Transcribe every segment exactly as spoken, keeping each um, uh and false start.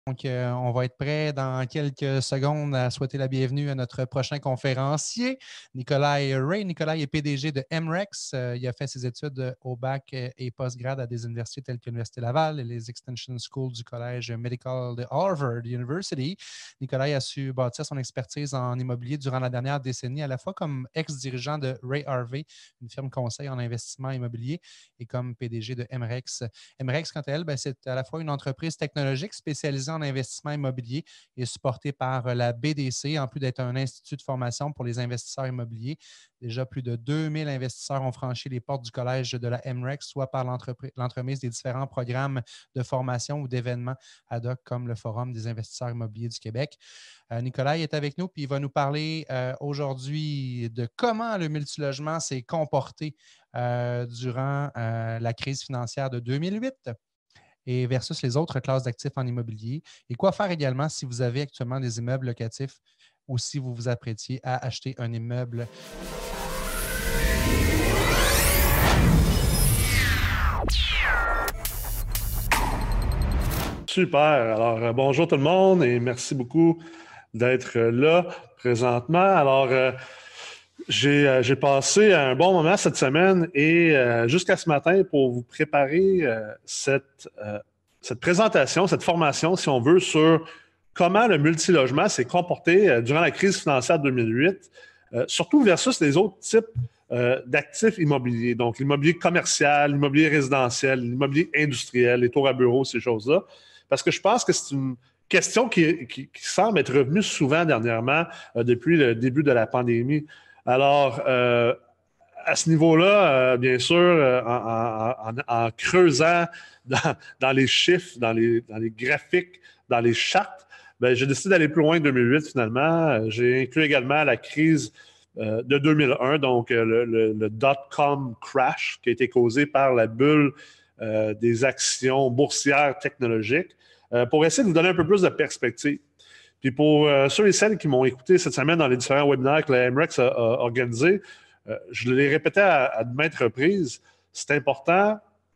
Donc, euh, on va être prêt dans quelques secondes à souhaiter la bienvenue à notre prochain conférencier, Nicolas Ray. Nicolas est P D G de M R E X. Euh, il a fait ses études au bac et postgrad à des universités telles que l'Université Laval et les Extension Schools du Collège Medical de Harvard University. Nicolas a su bâtir son expertise en immobilier durant la dernière décennie, à la fois comme ex-dirigeant de Ray Harvey, une firme conseil en investissement immobilier, et comme P D G de M R E X. M R E X, quant à elle, ben, c'est à la fois une entreprise technologique spécialisée en investissement immobilier et supportée par la B D C, en plus d'être un institut de formation pour les investisseurs immobiliers. Déjà, plus de deux mille investisseurs ont franchi les portes du collège de la M R E X, soit par l'entremise des différents programmes de formation ou d'événements ad hoc comme le Forum des investisseurs immobiliers du Québec. Euh, Nicolas est avec nous, puis il va nous parler euh, aujourd'hui de comment le multilogement s'est comporté euh, durant euh, la crise financière de deux mille huit et versus les autres classes d'actifs en immobilier. Et quoi faire également si vous avez actuellement des immeubles locatifs ou si vous vous apprêtiez à acheter un immeuble. Super. Alors, euh, bonjour tout le monde et merci beaucoup d'être là présentement. Alors, euh, j'ai, euh, j'ai passé un bon moment cette semaine et euh, jusqu'à ce matin pour vous préparer euh, cette, euh, cette présentation, cette formation, si on veut, sur comment le multilogement s'est comporté euh, durant la crise financière de deux mille huit, euh, surtout versus les autres types euh, d'actifs immobiliers. Donc, l'immobilier commercial, l'immobilier résidentiel, l'immobilier industriel, les tours à bureaux, ces choses-là. Parce que je pense que c'est une question qui, qui, qui semble être revenue souvent dernièrement euh, depuis le début de la pandémie. Alors, euh, à ce niveau-là, euh, bien sûr, euh, en, en, en creusant dans, dans les chiffres, dans les, dans les graphiques, dans les chartes, ben, j'ai décidé d'aller plus loin que deux mille huit finalement. J'ai inclus également la crise euh, de deux mille un, donc euh, le, le, le dot-com crash qui a été causé par la bulle euh, des actions boursières technologiques, euh, pour essayer de vous donner un peu plus de perspective. Puis pour euh, ceux et celles qui m'ont écouté cette semaine dans les différents webinaires que la M R E X a, a organisés, euh, je l'ai répété à, à de maintes reprises, c'est important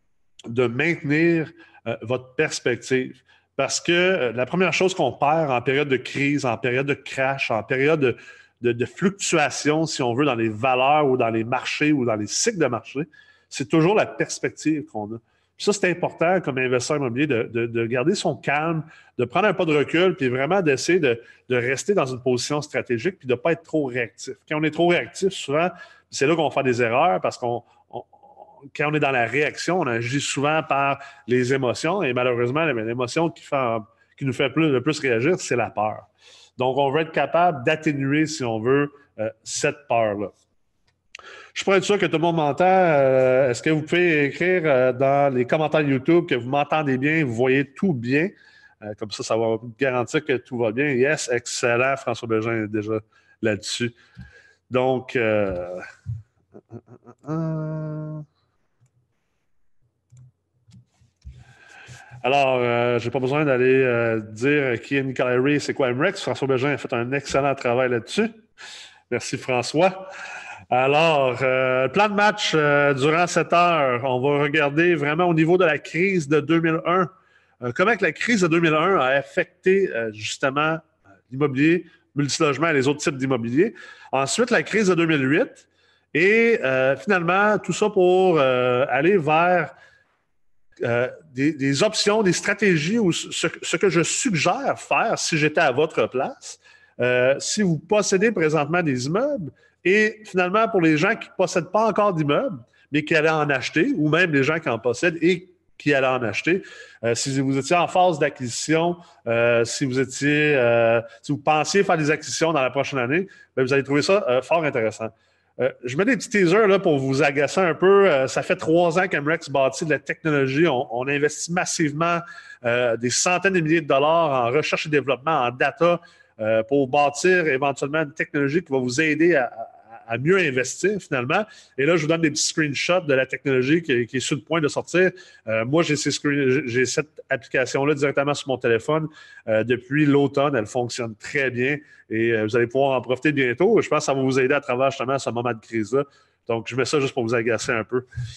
de maintenir euh, votre perspective. Parce que euh, la première chose qu'on perd en période de crise, en période de crash, en période de, de, de fluctuation, si on veut, dans les valeurs ou dans les marchés ou dans les cycles de marché, c'est toujours la perspective qu'on a. Puis ça, c'est important comme investisseur immobilier de, de, de garder son calme, de prendre un pas de recul, puis vraiment d'essayer de, de rester dans une position stratégique, puis de ne pas être trop réactif. Quand on est trop réactif, souvent, c'est là qu'on va faire des erreurs parce qu'on on, quand on est dans la réaction, on agit souvent par les émotions, et malheureusement, l'émotion qui, fait, qui nous fait plus, le plus réagir, c'est la peur. Donc, on veut être capable d'atténuer, si on veut, euh, cette peur-là. Je pourrais être sûr que tout le monde m'entend. Euh, est-ce que vous pouvez écrire euh, dans les commentaires YouTube que vous m'entendez bien, vous voyez tout bien? Euh, comme ça, ça va garantir que tout va bien. Yes, excellent. François Bégin est déjà là-dessus. Donc, euh... alors, euh, je n'ai pas besoin d'aller euh, dire qui est Nicolas Ray, c'est quoi M R E X. François Bégin a fait un excellent travail là-dessus. Merci, François. Alors, euh, plan de match euh, durant cette heure, on va regarder vraiment au niveau de la crise de deux mille un, euh, comment que la crise de deux mille un a affecté euh, justement l'immobilier, multilogement et les autres types d'immobilier. Ensuite, la crise de deux mille huit et euh, finalement, tout ça pour euh, aller vers euh, des, des options, des stratégies ou ce, ce que je suggère faire si j'étais à votre place. Euh, si vous possédez présentement des immeubles, et finalement, pour les gens qui ne possèdent pas encore d'immeubles, mais qui allaient en acheter, ou même les gens qui en possèdent et qui allaient en acheter, euh, si vous étiez en phase d'acquisition, euh, si vous étiez, euh, si vous pensiez faire des acquisitions dans la prochaine année, bien, vous allez trouver ça euh, fort intéressant. Euh, je mets des petits teasers là, pour vous agacer un peu. Euh, ça fait trois ans qu'M R E X bâtit de la technologie. On, on investit massivement euh, des centaines de milliers de dollars en recherche et développement, en data, euh, pour bâtir éventuellement une technologie qui va vous aider à, à à mieux investir finalement. Et là, je vous donne des petits screenshots de la technologie qui, qui est sur le point de sortir. Euh, moi, j'ai, ces screen, j'ai cette application-là directement sur mon téléphone euh, depuis l'automne. Elle fonctionne très bien et euh, vous allez pouvoir en profiter bientôt. Je pense que ça va vous aider à travers justement ce moment de crise-là. Donc, je mets ça juste pour vous agacer un peu.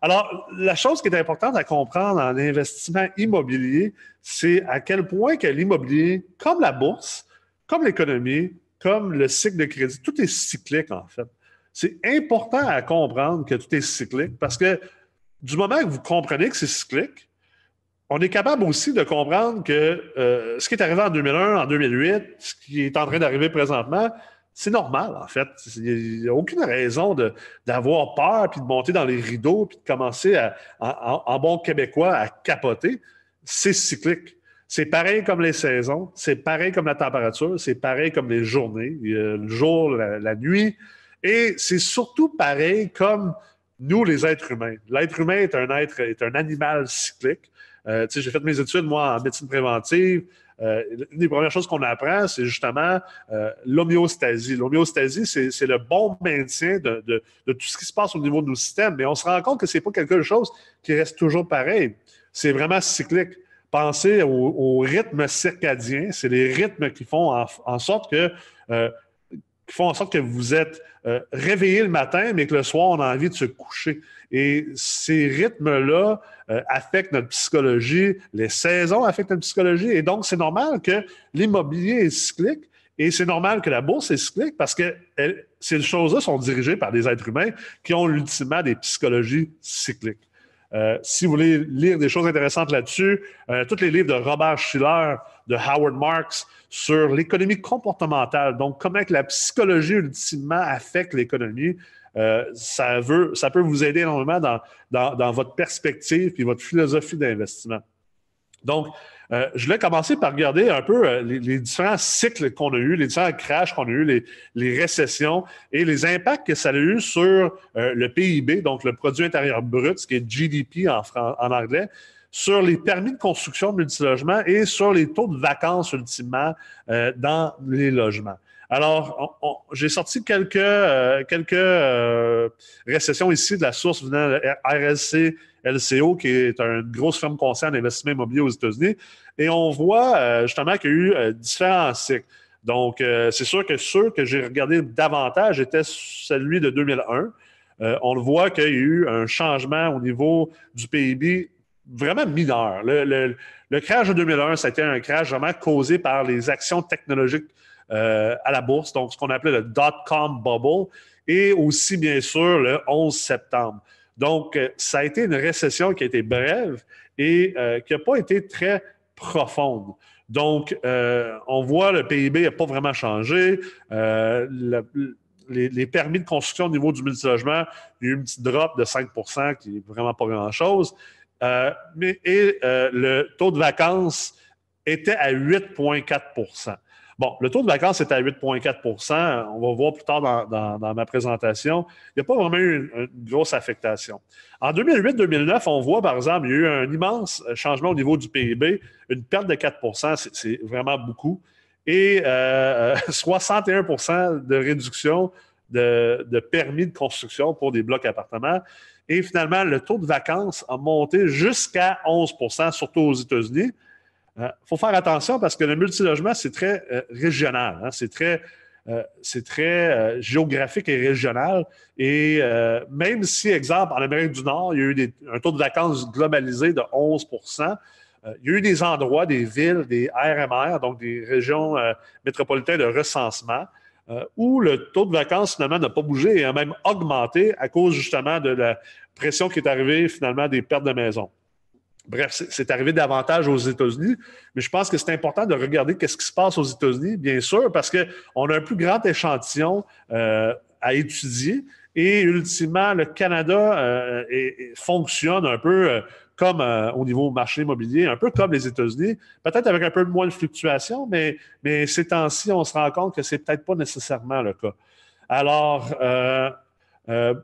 Alors, la chose qui est importante à comprendre en investissement immobilier, c'est à quel point que l'immobilier, comme la bourse, comme l'économie, comme le cycle de crédit, tout est cyclique en fait. C'est important à comprendre que tout est cyclique parce que du moment que vous comprenez que c'est cyclique, on est capable aussi de comprendre que euh, ce qui est arrivé en deux mille un, en deux mille huit, ce qui est en train d'arriver présentement, c'est normal, en fait. Il n'y a aucune raison de, d'avoir peur, puis de monter dans les rideaux, puis de commencer, à, en, en bon québécois, à capoter. C'est cyclique. C'est pareil comme les saisons, c'est pareil comme la température, c'est pareil comme les journées, le jour, la, la nuit. Et c'est surtout pareil comme nous, les êtres humains. L'être humain est un être, est un animal cyclique. Euh, j'ai fait mes études, moi, en médecine préventive. Euh, une des premières choses qu'on apprend, c'est justement euh, l'homéostasie. L'homéostasie, c'est, c'est le bon maintien de, de, de tout ce qui se passe au niveau de nos systèmes. Mais on se rend compte que c'est pas quelque chose qui reste toujours pareil. C'est vraiment cyclique. Pensez au, au rythme circadien. C'est les rythmes qui font en, en sorte que euh, qui font en sorte que vous êtes euh, réveillé le matin, mais que le soir, on a envie de se coucher. Et ces rythmes-là euh, affectent notre psychologie, les saisons affectent notre psychologie, et donc c'est normal que l'immobilier est cyclique, et c'est normal que la bourse est cyclique, parce que elle, ces choses-là sont dirigées par des êtres humains qui ont ultimement des psychologies cycliques. Euh, si vous voulez lire des choses intéressantes là-dessus, euh, tous les livres de Robert Shiller, de Howard Marks sur l'économie comportementale, donc comment que la psychologie ultimement affecte l'économie, euh, ça, veut, ça peut vous aider énormément dans, dans, dans votre perspective et votre philosophie d'investissement. Donc, euh, je voulais commencer par regarder un peu euh, les, les différents cycles qu'on a eus, les différents crashs qu'on a eus, les, les récessions et les impacts que ça a eu sur euh, le P I B, donc le produit intérieur brut, ce qui est G D P en, en anglais, sur les permis de construction de multilogements et sur les taux de vacances ultimement euh, dans les logements. Alors, on, on, j'ai sorti quelques, euh, quelques euh, récessions ici de la source venant de R L C L C O, qui est une grosse firme conseil en investissement immobilier aux États-Unis. Et on voit euh, justement qu'il y a eu euh, différents cycles. Donc, euh, c'est sûr que ceux que j'ai regardés davantage étaient celui de deux mille un. Euh, on le voit qu'il y a eu un changement au niveau du P I B vraiment mineur. Le, le, le crash de deux mille un, ça a été un crash vraiment causé par les actions technologiques euh, à la bourse, donc ce qu'on appelait le dot-com bubble, et aussi, bien sûr, le onze septembre. Donc, ça a été une récession qui a été brève et euh, qui n'a pas été très profonde. Donc, euh, on voit le P I B n'a pas vraiment changé. Euh, le, les, les permis de construction au niveau du multilogement, il y a eu une petite drop de cinq pour cent qui n'est vraiment pas grand-chose. Euh, mais, et euh, le taux de vacances était à huit virgule quatre pour cent. Bon, le taux de vacances est à huit virgule quatre pour cent. On va voir plus tard dans, dans, dans ma présentation. Il n'y a pas vraiment eu une, une grosse affectation. En deux mille huit deux mille neuf, on voit, par exemple, il y a eu un immense changement au niveau du P I B, une perte de quatre pour cent, c'est, c'est vraiment beaucoup, et euh, soixante et un pour cent de réduction de, de permis de construction pour des blocs appartements. Et finalement, le taux de vacances a monté jusqu'à onze pour cent, surtout aux États-Unis. Il euh, faut faire attention parce que le multilogement, c'est très euh, régional. Hein? C'est très, euh, c'est très euh, géographique et régional. Et euh, même si, exemple, en Amérique du Nord, il y a eu des, un taux de vacances globalisé de onze pour cent, euh, il y a eu des endroits, des villes, des R M R, donc des régions euh, métropolitaines de recensement, euh, où le taux de vacances, finalement, n'a pas bougé et a même augmenté à cause, justement, de la pression qui est arrivée, finalement, des pertes de maisons. Bref, c'est, c'est arrivé davantage aux États-Unis, mais je pense que c'est important de regarder qu'est-ce qui se passe aux États-Unis, bien sûr, parce qu'on a un plus grand échantillon euh, à étudier et ultimement, le Canada euh, est, est, fonctionne un peu euh, comme euh, au niveau marché immobilier, un peu comme les États-Unis, peut-être avec un peu moins de fluctuations, mais, mais ces temps-ci, on se rend compte que c'est peut-être pas nécessairement le cas. Alors, euh, euh,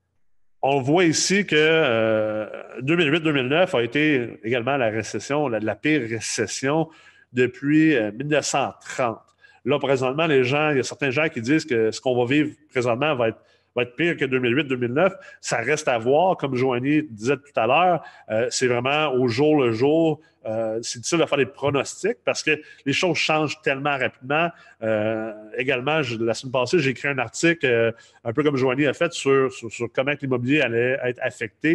on voit ici que euh, deux mille huit deux mille neuf a été également la récession, la, la pire récession depuis euh, mille neuf cent trente. Là, présentement, les gens, il y a certains gens qui disent que ce qu'on va vivre présentement va être, va être pire que deux mille huit deux mille neuf. Ça reste à voir, comme Joanie disait tout à l'heure. Euh, c'est vraiment au jour le jour. Euh, c'est difficile de faire des pronostics parce que les choses changent tellement rapidement. Euh, également, je, la semaine passée, j'ai écrit un article, euh, un peu comme Joanie a fait, sur, sur, sur comment l'immobilier allait être affecté.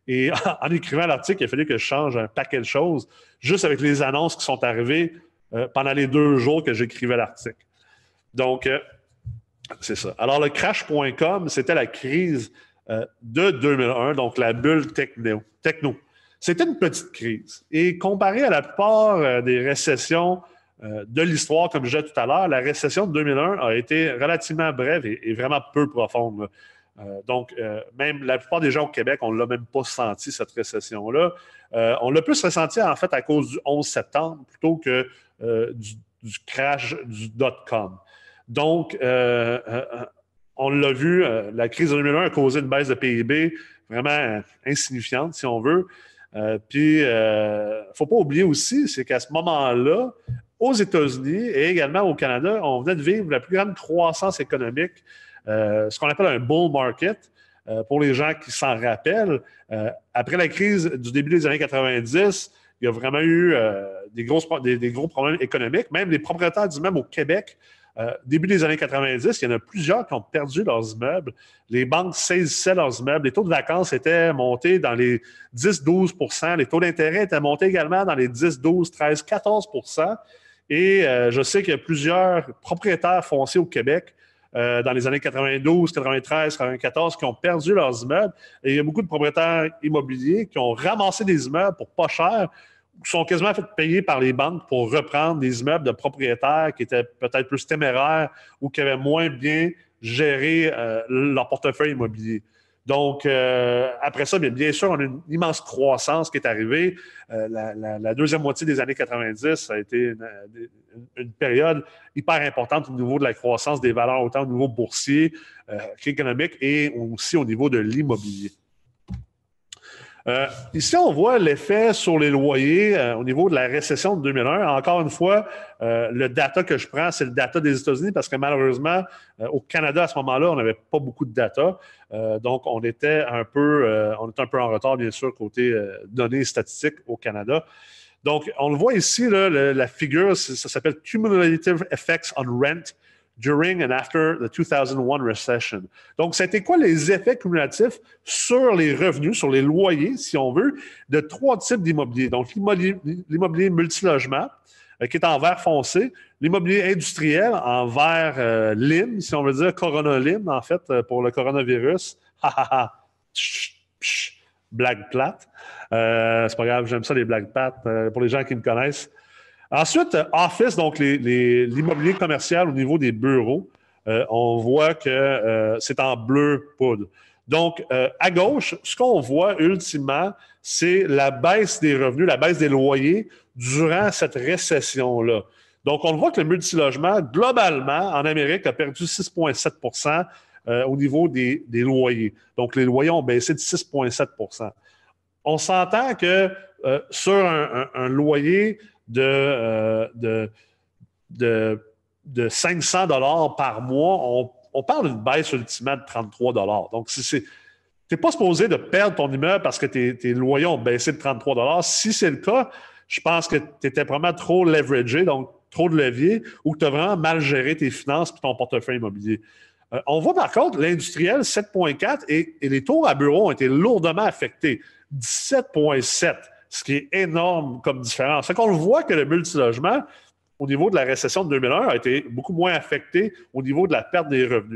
Et en, en écrivant l'article, il a fallu que je change un paquet de choses, juste avec les annonces qui sont arrivées euh, pendant les deux jours que j'écrivais l'article. Donc, euh, c'est ça. Alors, le crash point com, c'était la crise euh, de deux mille un, donc la bulle techno. techno. C'était une petite crise. Et comparé à la plupart euh, des récessions euh, de l'histoire, comme je disais tout à l'heure, la récession de deux mille un a été relativement brève et, et vraiment peu profonde. Euh, donc, euh, même la plupart des gens au Québec, on ne l'a même pas senti, cette récession-là. Euh, on l'a plus ressenti, en fait, à cause du onze septembre plutôt que euh, du, du crash du dot-com. Donc, euh, euh, on l'a vu, euh, la crise de deux mille un a causé une baisse de P I B vraiment euh, insignifiante, si on veut. Euh, puis, il euh, ne faut pas oublier aussi, c'est qu'à ce moment-là, aux États-Unis et également au Canada, on venait de vivre la plus grande croissance économique, euh, ce qu'on appelle un bull market. Euh, pour les gens qui s'en rappellent, euh, après la crise du début des années quatre-vingt-dix, il y a vraiment eu euh, des, grosses, des, des gros problèmes économiques. Même les propriétaires d'immeubles au Québec, euh, début des années quatre-vingt-dix, il y en a plusieurs qui ont perdu leurs immeubles. Les banques saisissaient leurs immeubles. Les taux de vacances étaient montés dans les dix à douze pour cent. Les taux d'intérêt étaient montés également dans les dix, douze, treize, quatorze pour cent. Et euh, je sais qu'il y a plusieurs propriétaires fonciers au Québec euh, dans les années quatre-vingt-douze, quatre-vingt-treize, quatre-vingt-quatorze qui ont perdu leurs immeubles. Et il y a beaucoup de propriétaires immobiliers qui ont ramassé des immeubles pour pas cher, qui sont quasiment fait payer par les banques pour reprendre des immeubles de propriétaires qui étaient peut-être plus téméraires ou qui avaient moins bien géré euh, leur portefeuille immobilier. Donc, euh, après ça, bien, bien sûr, on a une immense croissance qui est arrivée. Euh, la, la, la deuxième moitié des années quatre-vingt-dix, ça a été une, une, une période hyper importante au niveau de la croissance des valeurs, autant au niveau boursier euh, qu'économique et aussi au niveau de l'immobilier. Euh, ici, on voit l'effet sur les loyers euh, au niveau de la récession de deux mille un. Encore une fois, euh, le data que je prends, c'est le data des États-Unis parce que malheureusement, euh, au Canada, à ce moment-là, on n'avait pas beaucoup de data. Euh, donc, on était un peu, euh, on était un peu en retard, bien sûr, côté euh, données statistiques au Canada. Donc, on le voit ici, là, le, la figure, ça s'appelle Cumulative Effects on Rent during and after the two thousand one recession. Donc, c'était quoi les effets cumulatifs sur les revenus, sur les loyers, si on veut, de trois types d'immobilier. Donc, l'immobilier, l'immobilier multilogement, euh, qui est en vert foncé, l'immobilier industriel en vert euh, lime, si on veut dire Corona lime, en fait, euh, pour le coronavirus. Ha, ha, ha. Chut, chut. Blague plate. Euh, c'est pas grave, j'aime ça, les blagues plates, euh, pour les gens qui me connaissent. Ensuite, Office, donc les, les, l'immobilier commercial au niveau des bureaux, euh, on voit que euh, c'est en bleu poudre. Donc, euh, à gauche, ce qu'on voit ultimement, c'est la baisse des revenus, la baisse des loyers durant cette récession-là. Donc, on voit que le multilogement, globalement, en Amérique, a perdu six virgule sept pour cent euh, au niveau des, des loyers. Donc, les loyers ont baissé de six virgule sept pour cent. On s'entend que euh, sur un, un, un loyer de, euh, de, de, de cinq cents dollars par mois, on, on parle d'une baisse ultimement de trente-trois dollars. Donc, si c'est, tu n'es pas supposé de perdre ton immeuble parce que tes, tes loyers ont baissé de trente-trois dollars. Si c'est le cas, je pense que tu étais vraiment trop leveragé, donc trop de levier, ou que tu as vraiment mal géré tes finances et ton portefeuille immobilier. Euh, on voit par contre l'industriel sept virgule quatre et, et les taux à bureau ont été lourdement affectés, dix-sept virgule sept. Ce qui est énorme comme différence. C'est qu'on le voit que le multilogement, au niveau de la récession de deux mille un, a été beaucoup moins affecté au niveau de la perte des revenus.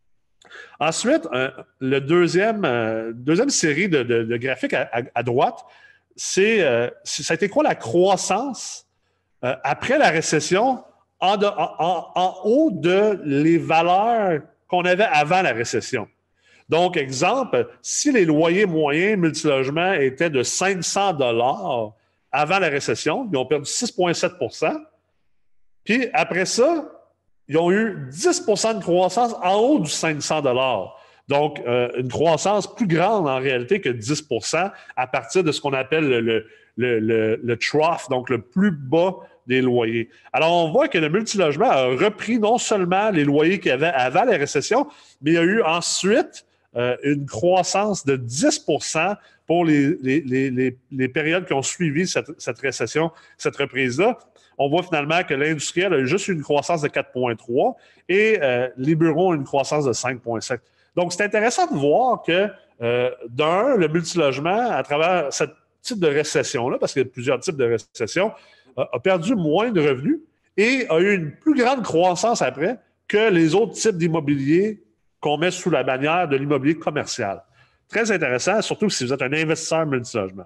Ensuite, euh, le deuxième, euh, deuxième série de, de, de graphiques à, à, à droite, c'est, euh, c'est ça a été quoi la croissance euh, après la récession en, de, en, en, en haut de les valeurs qu'on avait avant la récession. Donc, exemple, si les loyers moyens multilogements étaient de cinq cents dollars avant la récession, ils ont perdu six virgule sept pour cent. Puis après ça, ils ont eu dix pour cent de croissance en haut du cinq cents dollars. Donc, euh, une croissance plus grande en réalité que dix pour cent à partir de ce qu'on appelle le, le, le, le, le trough, donc le plus bas des loyers. Alors, on voit que le multilogement a repris non seulement les loyers qu'il y avait avant la récession, mais il y a eu ensuite Euh, une croissance de dix pour cent pour les, les, les, les périodes qui ont suivi cette, cette récession, cette reprise-là. On voit finalement que l'industriel a juste eu une croissance de quatre virgule trois et euh, les bureaux ont une croissance de cinq virgule sept. Donc, c'est intéressant de voir que Euh, d'un, le multilogement, à travers ce type de récession-là, parce qu'il y a plusieurs types de récession, a, a perdu moins de revenus et a eu une plus grande croissance après que les autres types d'immobilier qu'on met sous la bannière de l'immobilier commercial. Très intéressant, surtout si vous êtes un investisseur multilogement.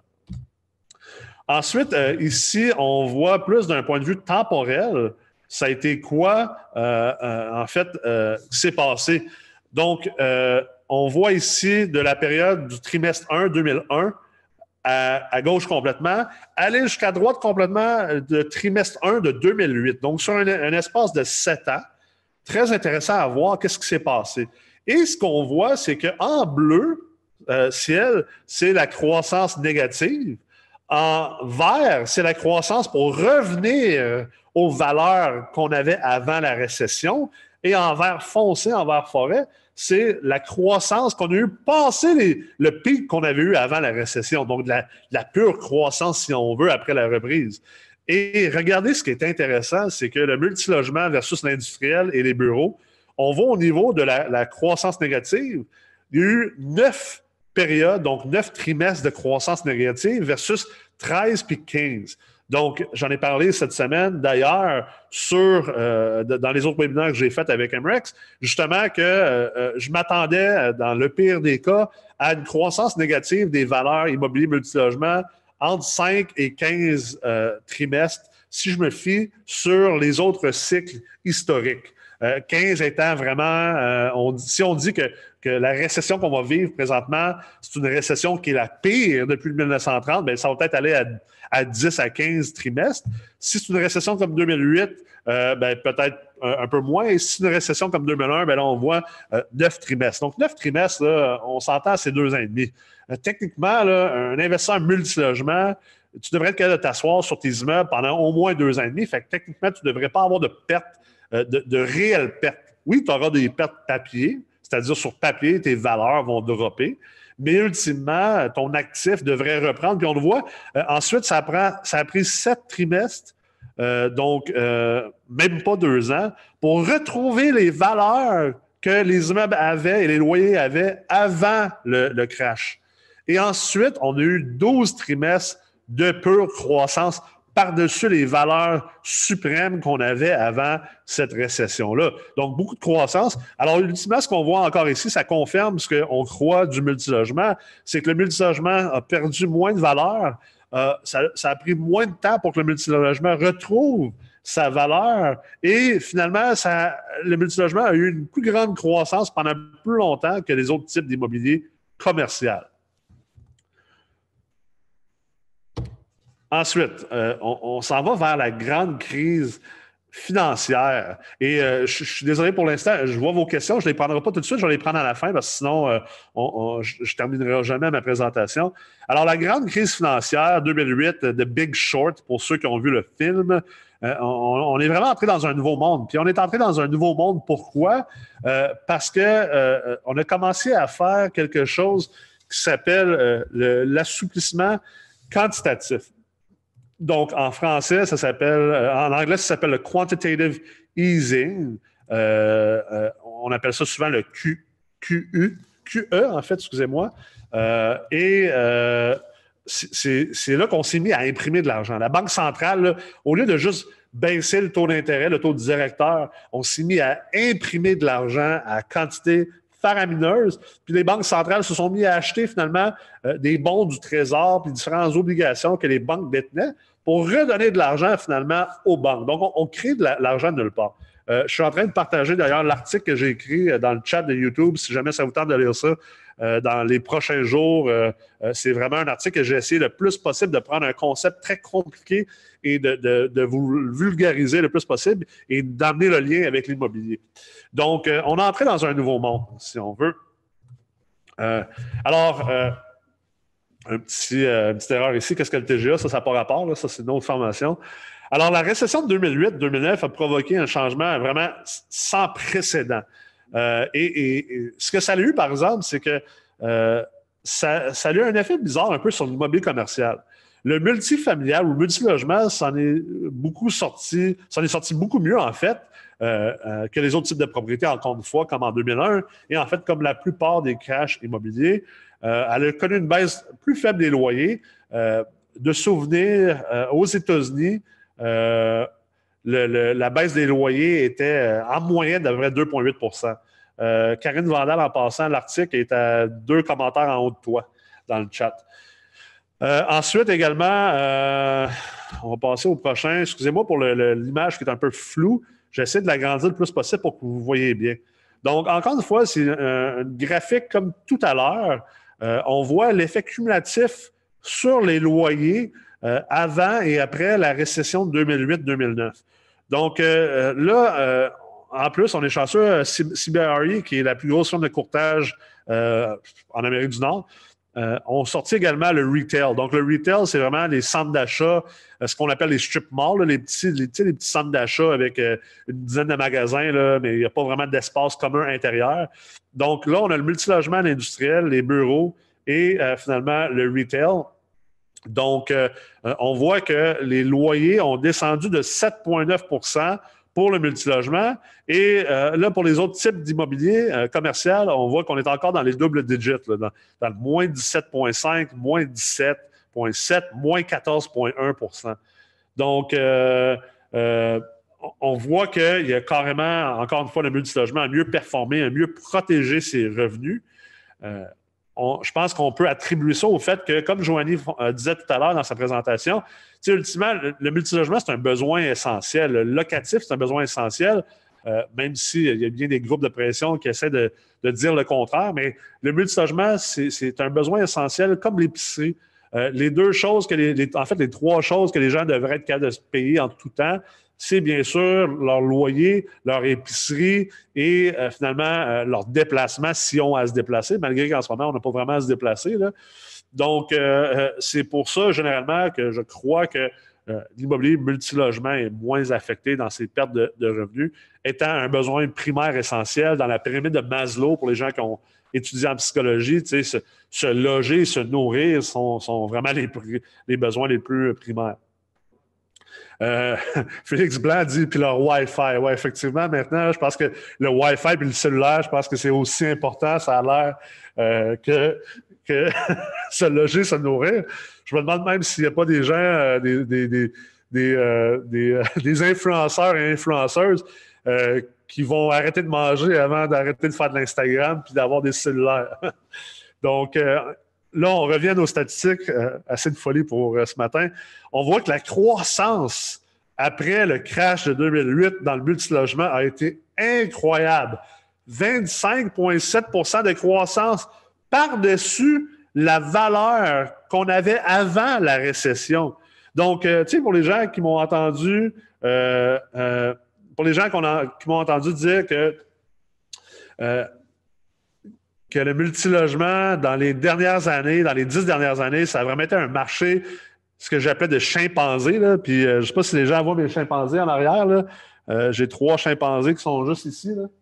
Ensuite, euh, ici, on voit plus d'un point de vue temporel, ça a été quoi, euh, euh, en fait, euh, qui s'est passé. Donc, euh, on voit ici de la période du trimestre un deux mille un à, à gauche complètement, aller jusqu'à droite complètement de trimestre un de deux mille huit. Donc, sur un, un espace de sept ans, très intéressant à voir qu'est-ce qui s'est passé. Et ce qu'on voit, c'est qu'en bleu, euh, ciel, c'est la croissance négative. En vert, c'est la croissance pour revenir aux valeurs qu'on avait avant la récession. Et en vert foncé, en vert forêt, c'est la croissance qu'on a eu passé les, le pic qu'on avait eu avant la récession. Donc, de la, de la pure croissance, si on veut, après la reprise. Et regardez ce qui est intéressant, c'est que le multilogement versus l'industriel et les bureaux, on va au niveau de la, la croissance négative. Il y a eu neuf périodes, donc neuf trimestres de croissance négative versus treize puis quinze. Donc, j'en ai parlé cette semaine, d'ailleurs, sur euh, de, dans les autres webinaires que j'ai faits avec M R E X, justement que euh, je m'attendais, dans le pire des cas, à une croissance négative des valeurs immobiliers multilogement entre cinq et quinze euh, trimestres, si je me fie sur les autres cycles historiques. Euh, quinze étant vraiment, euh, on, si on dit que, que la récession qu'on va vivre présentement, c'est une récession qui est la pire depuis mille neuf cent trente, bien, ça va peut-être aller à, à dix à quinze trimestres. Si c'est une récession comme deux mille huit, euh, ben, peut-être un, un peu moins. Et si c'est une récession comme deux mille un, bien, là, on voit euh, neuf trimestres. Donc, neuf trimestres, là, on s'entend, c'est deux ans et demi. Euh, techniquement, là, un investisseur multilogement, tu devrais être capable de t'asseoir sur tes immeubles pendant au moins deux ans et demi. Fait que techniquement, tu ne devrais pas avoir de pertes, euh, de, de réelles pertes. Oui, tu auras des pertes papier, c'est-à-dire sur papier, tes valeurs vont dropper, mais ultimement, ton actif devrait reprendre. Puis on le voit, euh, ensuite, ça, prend, ça a pris sept trimestres, euh, donc euh, même pas deux ans, pour retrouver les valeurs que les immeubles avaient et les loyers avaient avant le, le crash. Et ensuite, on a eu douze trimestres de pure croissance par-dessus les valeurs suprêmes qu'on avait avant cette récession-là. Donc, beaucoup de croissance. Alors, ultimement, ce qu'on voit encore ici, ça confirme ce qu'on croit du multilogement, c'est que le multilogement a perdu moins de valeur. Euh, ça, ça a pris moins de temps pour que le multilogement retrouve sa valeur. Et finalement, ça, le multilogement a eu une plus grande croissance pendant plus longtemps que les autres types d'immobilier commercial. Ensuite, euh, on, on s'en va vers la grande crise financière. Et euh, je, je suis désolé pour l'instant, je vois vos questions, je ne les prendrai pas tout de suite, je vais les prendre à la fin parce que sinon, euh, on, on, je ne terminerai jamais ma présentation. Alors, la grande crise financière deux mille huit, The Big Short, pour ceux qui ont vu le film, euh, on, on est vraiment entré dans un nouveau monde. Puis on est entré dans un nouveau monde, pourquoi? Euh, parce que euh, on a commencé à faire quelque chose qui s'appelle euh, le, l'assouplissement quantitatif. Donc, en français, ça s'appelle, en anglais, ça s'appelle le quantitative easing. Euh, euh, on appelle ça souvent le Q, QU, Q E, en fait, excusez-moi. Euh, et euh, c'est, c'est là qu'on s'est mis à imprimer de l'argent. La Banque centrale, là, au lieu de juste baisser le taux d'intérêt, le taux directeur, on s'est mis à imprimer de l'argent à quantité faramineuse. Puis les banques centrales se sont mis à acheter finalement euh, des bons du Trésor puis différentes obligations que les banques détenaient pour redonner de l'argent finalement aux banques. Donc, on, on crée de la, l'argent de nulle part. Euh, je suis en train de partager d'ailleurs l'article que j'ai écrit dans le chat de YouTube, si jamais ça vous tente de lire ça euh, dans les prochains jours. Euh, euh, c'est vraiment un article que j'ai essayé le plus possible de prendre un concept très compliqué et de, de, de vous vulgariser le plus possible et d'amener le lien avec l'immobilier. Donc, euh, on est entré dans un nouveau monde, si on veut. Euh, alors, euh, un petit, euh, une petite erreur ici. Qu'est-ce que le T G A? Ça, ça n'a pas rapport. Là. Ça, c'est une autre formation. Alors, la récession de deux mille huit deux mille neuf a provoqué un changement vraiment sans précédent. Euh, et, et, et ce que ça a eu, par exemple, c'est que euh, ça, ça a eu un effet bizarre un peu sur l'immobilier commercial. Le multifamilial ou le multilogement, s'en est beaucoup sorti, s'en est sorti beaucoup mieux, en fait, euh, euh, que les autres types de propriétés, encore une fois, comme en deux mille un. Et en fait, comme la plupart des crashs immobiliers, euh, elle a connu une baisse plus faible des loyers. Euh, de souvenir, euh, aux États-Unis, euh, le, le, la baisse des loyers était euh, en moyenne d'à peu près deux virgule huit pour cent. Euh, Karine Vandal, en passant, l'article est à deux commentaires en haut de toi dans le chat. Euh, ensuite, également, euh, on va passer au prochain. Excusez-moi pour le, le, l'image qui est un peu floue. J'essaie de l'agrandir le plus possible pour que vous voyez bien. Donc, encore une fois, c'est un, un graphique comme tout à l'heure. Euh, on voit l'effet cumulatif sur les loyers euh, avant et après la récession de deux mille huit deux mille neuf. Donc, euh, là, euh, en plus, on est chanceux, C B R E, qui est la plus grosse firme de courtage euh, en Amérique du Nord, Euh, on sortit également le retail. Donc, le retail, c'est vraiment les centres d'achat, euh, ce qu'on appelle les strip malls, là, les, petits, les, les petits centres d'achat avec euh, une dizaine de magasins, là, mais il n'y a pas vraiment d'espace commun intérieur. Donc, là, on a le multilogement industriel, les bureaux et euh, finalement le retail. Donc, euh, on voit que les loyers ont descendu de sept virgule neuf pour cent pour le multilogement. Et euh, là, pour les autres types d'immobilier euh, commercial, on voit qu'on est encore dans les doubles digits, là, dans, dans le moins dix-sept virgule cinq, moins dix-sept virgule sept, moins quatorze virgule un pour cent. Donc, euh, euh, on voit qu'il y a carrément, encore une fois, le multilogement a mieux performé, a mieux protégé ses revenus. Euh, On, je pense qu'on peut attribuer ça au fait que, comme Joanie euh, disait tout à l'heure dans sa présentation, ultimement, le, le multilogement, c'est un besoin essentiel. Le locatif, c'est un besoin essentiel, euh, même s'il y a bien des groupes de pression qui essaient de, de dire le contraire, mais le multilogement, c'est, c'est un besoin essentiel, comme l'épicerie. Euh, les deux choses, que les, les, en fait, les trois choses que les gens devraient être capables de se payer en tout temps, c'est bien sûr leur loyer, leur épicerie et euh, finalement euh, leur déplacement s'ils ont à se déplacer, malgré qu'en ce moment, on n'a pas vraiment à se déplacer, là. Donc, euh, c'est pour ça, généralement, que je crois que euh, l'immobilier multilogement est moins affecté dans ses pertes de, de revenus, étant un besoin primaire essentiel dans la pyramide de Maslow pour les gens qui ont étudié en psychologie. Tu sais, se, se loger, se nourrir sont, sont vraiment les, les besoins les plus primaires. Euh, Félix Blanc dit, puis leur Wi-Fi. Oui, effectivement, maintenant, je pense que le Wi-Fi et le cellulaire, je pense que c'est aussi important, ça a l'air, euh, que, que se loger, se nourrir. Je me demande même s'il n'y a pas des gens, euh, des, des, des, des, euh, des, euh, des influenceurs et influenceuses euh, qui vont arrêter de manger avant d'arrêter de faire de l'Instagram puis d'avoir des cellulaires. Donc, euh, là, on revient aux statistiques, euh, assez de folie pour euh, ce matin. On voit que la croissance après le crash de deux mille huit dans le multilogement a été incroyable. vingt-cinq virgule sept pour cent de croissance par-dessus la valeur qu'on avait avant la récession. Donc, euh, tu sais, pour les gens qui m'ont entendu, euh, euh, pour les gens qu'on a, qui m'ont entendu dire que euh, que le multilogement, dans les dernières années, dans les dix dernières années, ça a vraiment été un marché, ce que j'appelais de chimpanzés. Là. Puis, euh, je ne sais pas si les gens voient mes chimpanzés en arrière. Là. Euh, j'ai trois chimpanzés qui sont juste ici. Là.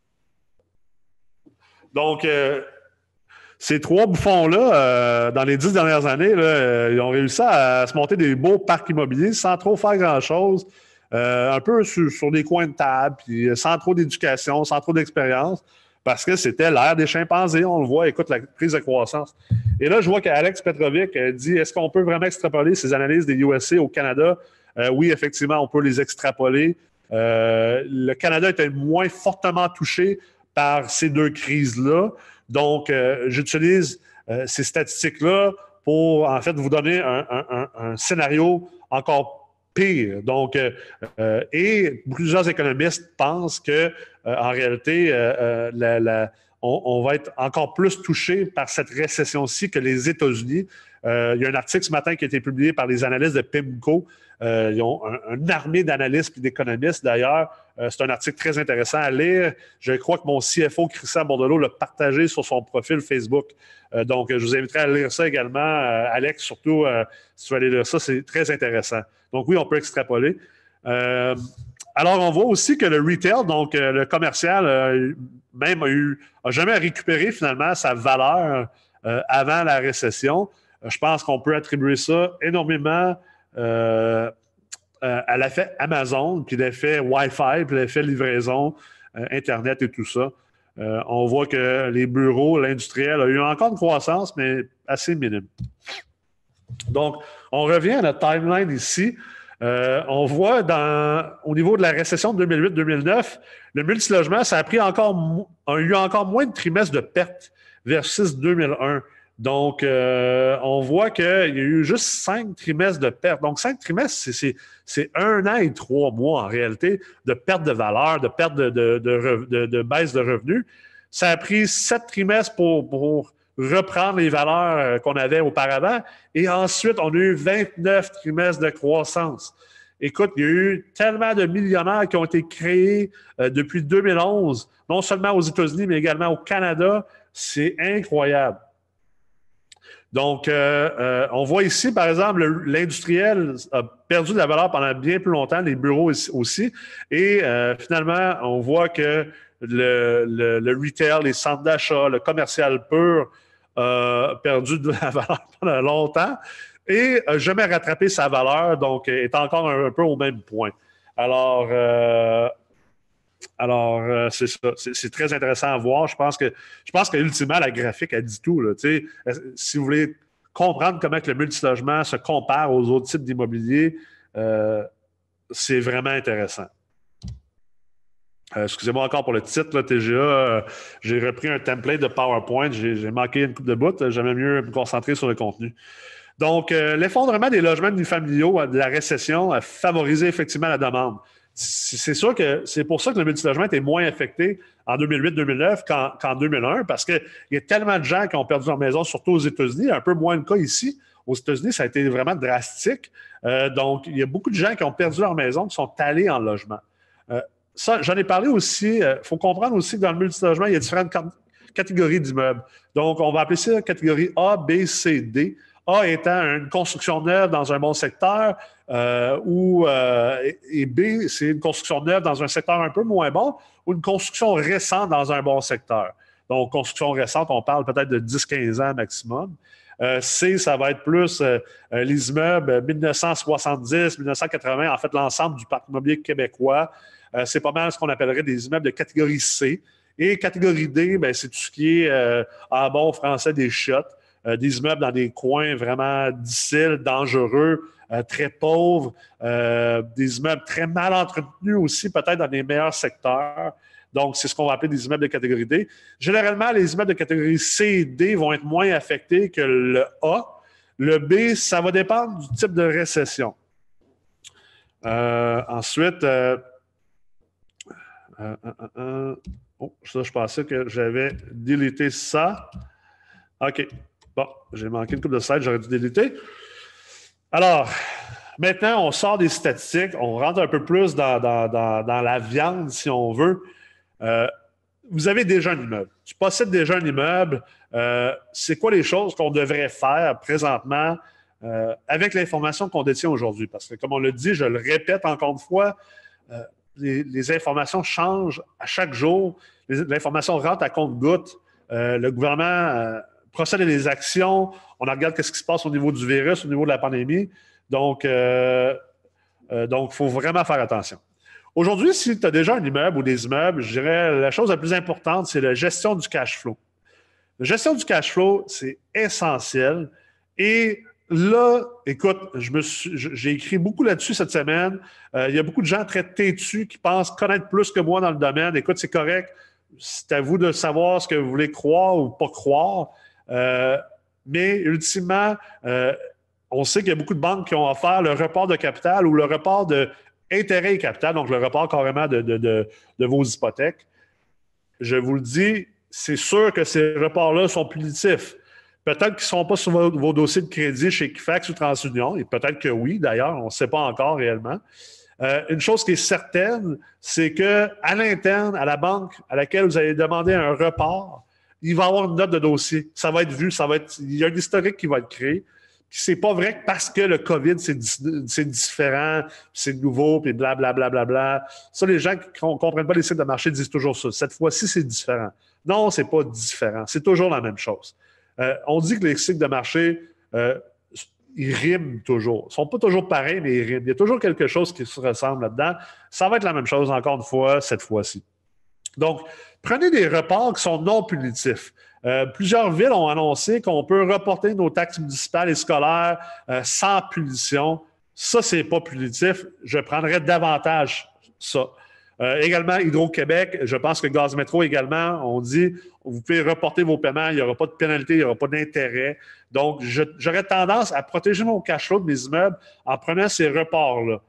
Donc, euh, ces trois bouffons-là, euh, dans les dix dernières années, là, euh, ils ont réussi à, à se monter des beaux parcs immobiliers sans trop faire grand-chose, euh, un peu sur, sur des coins de table, puis sans trop d'éducation, sans trop d'expérience. Parce que c'était l'ère des chimpanzés, on le voit, écoute, la prise de croissance. Et là, je vois qu'Alex Petrovic dit, est-ce qu'on peut vraiment extrapoler ces analyses des U S A au Canada? Euh, oui, effectivement, on peut les extrapoler. Euh, le Canada était moins fortement touché par ces deux crises-là. Donc, euh, j'utilise euh, ces statistiques-là pour, en fait, vous donner un, un, un, un scénario encore pire. Donc, euh, et plusieurs économistes pensent que Euh, en réalité, euh, euh, la, la, on, on va être encore plus touché par cette récession-ci que les États-Unis. Euh, il y a un article ce matin qui a été publié par les analystes de PIMCO. Euh, ils ont un, une armée d'analystes et d'économistes, d'ailleurs. Euh, c'est un article très intéressant à lire. Je crois que mon C F O, Christian Bordelot, l'a partagé sur son profil Facebook. Euh, donc, je vous inviterai à lire ça également. Euh, Alex, surtout, euh, si tu veux aller lire ça, c'est très intéressant. Donc, oui, on peut extrapoler. Euh, Alors, on voit aussi que le retail, donc euh, le commercial, euh, même a, eu, a jamais récupéré finalement sa valeur euh, avant la récession. je pense qu'on peut attribuer ça énormément euh, à l'effet Amazon, puis l'effet Wi-Fi, puis l'effet livraison, euh, Internet et tout ça. Euh, on voit que les bureaux, l'industriel a eu encore une croissance, mais assez minime. Donc, on revient à notre timeline ici. Euh, on voit dans, au niveau de la récession de deux mille huit deux mille neuf, le multilogement, ça a pris encore, a eu encore moins de trimestres de pertes versus deux mille un. Donc, euh, on voit qu'il y a eu juste cinq trimestres de pertes. Donc, cinq trimestres, c'est, c'est, c'est un an et trois mois en réalité de perte de valeur, de perte de, de, de, de, de baisse de revenus. Ça a pris sept trimestres pour, pour reprendre les valeurs qu'on avait auparavant. Et ensuite, on a eu vingt-neuf trimestres de croissance. Écoute, il y a eu tellement de millionnaires qui ont été créés euh, depuis deux mille onze, non seulement aux États-Unis, mais également au Canada. C'est incroyable. Donc, euh, euh, on voit ici, par exemple, le, l'industriel a perdu de la valeur pendant bien plus longtemps, les bureaux aussi. Et euh, finalement, on voit que le, le, le retail, les centres d'achat, le commercial pur a perdu de la valeur pendant longtemps et n'a jamais rattrapé sa valeur, donc est encore un, un peu au même point. Alors, euh, Alors, euh, c'est ça. C'est, c'est très intéressant à voir. Je pense que, je pense qu'ultimement, la graphique, elle dit tout. Là, si vous voulez comprendre comment que le multilogement se compare aux autres types d'immobilier, euh, c'est vraiment intéressant. Euh, excusez-moi encore pour le titre, là, T G A. Euh, j'ai repris un template de PowerPoint. J'ai, j'ai manqué une coupe de bouts. J'aimais mieux me concentrer sur le contenu. Donc, euh, l'effondrement des logements unifamiliaux de la récession a favorisé effectivement la demande. C'est sûr que c'est pour ça que le multilogement était moins affecté en deux mille huit deux mille neuf qu'en, qu'en deux mille un, parce qu'il y a tellement de gens qui ont perdu leur maison, surtout aux États-Unis, un peu moins le cas ici. Aux États-Unis, ça a été vraiment drastique. Euh, donc, il y a beaucoup de gens qui ont perdu leur maison, qui sont allés en logement. Euh, ça, j'en ai parlé aussi. Il euh, faut comprendre aussi que dans le multilogement, il y a différentes catégories d'immeubles. Donc, on va appeler ça catégorie A, B, C, D. A étant une construction neuve dans un bon secteur, euh, ou, euh, et B, c'est une construction neuve dans un secteur un peu moins bon, ou une construction récente dans un bon secteur. Donc, construction récente, on parle peut-être de dix à quinze ans maximum. Euh, C, ça va être plus euh, les immeubles dix-neuf cent soixante-dix, dix-neuf cent quatre-vingts, en fait, l'ensemble du parc immobilier québécois. Euh, c'est pas mal ce qu'on appellerait des immeubles de catégorie C. Et catégorie D, bien, c'est tout ce qui est, euh, en bon français, des chiottes. Euh, des immeubles dans des coins vraiment difficiles, dangereux, euh, très pauvres, euh, des immeubles très mal entretenus aussi, peut-être dans les meilleurs secteurs. Donc, c'est ce qu'on va appeler des immeubles de catégorie D. Généralement, les immeubles de catégorie C et D vont être moins affectés que le A. Le B, ça va dépendre du type de récession. Euh, ensuite, euh, euh, euh, euh, oh, ça, je pensais que j'avais délité ça. OK. Bon, j'ai manqué une couple de slides, j'aurais dû déliter. Alors, maintenant, on sort des statistiques, on rentre un peu plus dans, dans, dans, dans la viande, si on veut. Euh, vous avez déjà un immeuble. Tu possèdes déjà un immeuble. Euh, c'est quoi les choses qu'on devrait faire présentement euh, avec l'information qu'on détient aujourd'hui? Parce que, comme on l'a dit, je le répète encore une fois, euh, les, les informations changent à chaque jour. Les, l'information rentre à compte-gouttes. Euh, le gouvernement... Euh, procède à des actions, on regarde ce qui se passe au niveau du virus, au niveau de la pandémie. Donc, euh, euh, donc, il faut vraiment faire attention. Aujourd'hui, si tu as déjà un immeuble ou des immeubles, je dirais la chose la plus importante, c'est la gestion du cash flow. La gestion du cash flow, c'est essentiel. Et là, écoute, je me suis, j'ai écrit beaucoup là-dessus cette semaine. Euh, il y a beaucoup de gens très têtus qui pensent connaître plus que moi dans le domaine. Écoute, c'est correct. C'est à vous de savoir ce que vous voulez croire ou pas croire. Euh, mais ultimement, euh, on sait qu'il y a beaucoup de banques qui ont offert le report de capital ou le report d'intérêt et capital, donc le report carrément de, de, de, de vos hypothèques. Je vous le dis, c'est sûr que ces reports-là sont punitifs. Peut-être qu'ils ne sont pas sur vos, vos dossiers de crédit chez Equifax ou TransUnion, et peut-être que oui, d'ailleurs, on ne sait pas encore réellement. Euh, une chose qui est certaine, c'est qu'à l'interne, à la banque à laquelle vous allez demander un report, il va y avoir une note de dossier. Ça va être vu, ça va être, il y a un historique qui va être créé. Puis c'est pas vrai que parce que le COVID, c'est, c'est différent, c'est nouveau, puis blablabla. Bla, bla, bla. Ça, les gens qui ne comprennent pas les cycles de marché disent toujours ça. Cette fois-ci, c'est différent. Non, c'est pas différent. C'est toujours la même chose. Euh, on dit que les cycles de marché euh, ils riment toujours. Ils ne sont pas toujours pareils, mais ils riment. Il y a toujours quelque chose qui se ressemble là-dedans. Ça va être la même chose, encore une fois, cette fois-ci. Donc, prenez des reports qui sont non punitifs. Euh, plusieurs villes ont annoncé qu'on peut reporter nos taxes municipales et scolaires euh, sans punition. Ça, c'est pas punitif. Je prendrais davantage ça. Euh, également, Hydro-Québec, je pense que Gaz Métro également, on dit, vous pouvez reporter vos paiements, il n'y aura pas de pénalité, il n'y aura pas d'intérêt. Donc, je, j'aurais tendance à protéger mon cash flow de mes immeubles en prenant ces reports-là.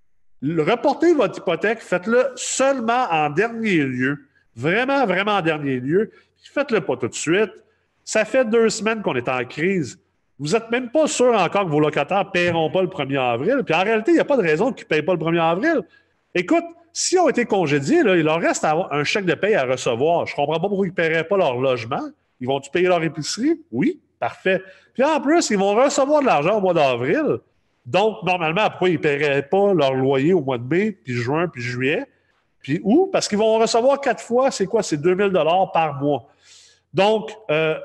Reportez votre hypothèque, faites-le seulement en dernier lieu, vraiment, vraiment en dernier lieu. Faites-le pas tout de suite. Ça fait deux semaines qu'on est en crise. Vous n'êtes même pas sûr encore que vos locataires ne paieront pas le premier avril. Puis en réalité, il n'y a pas de raison qu'ils ne payent pas le premier avril. Écoute, s'ils ont été congédiés, là, il leur reste un chèque de paie à recevoir. Je ne comprends pas pourquoi ils ne paieraient pas leur logement. Ils vont-tu payer leur épicerie? Oui, parfait. Puis en plus, ils vont recevoir de l'argent au mois d'avril. Donc, normalement, pourquoi ils ne paieraient pas leur loyer au mois de mai, puis juin, puis juillet? Puis où? Parce qu'ils vont recevoir quatre fois, c'est quoi? C'est deux mille dollars par mois. Donc, euh,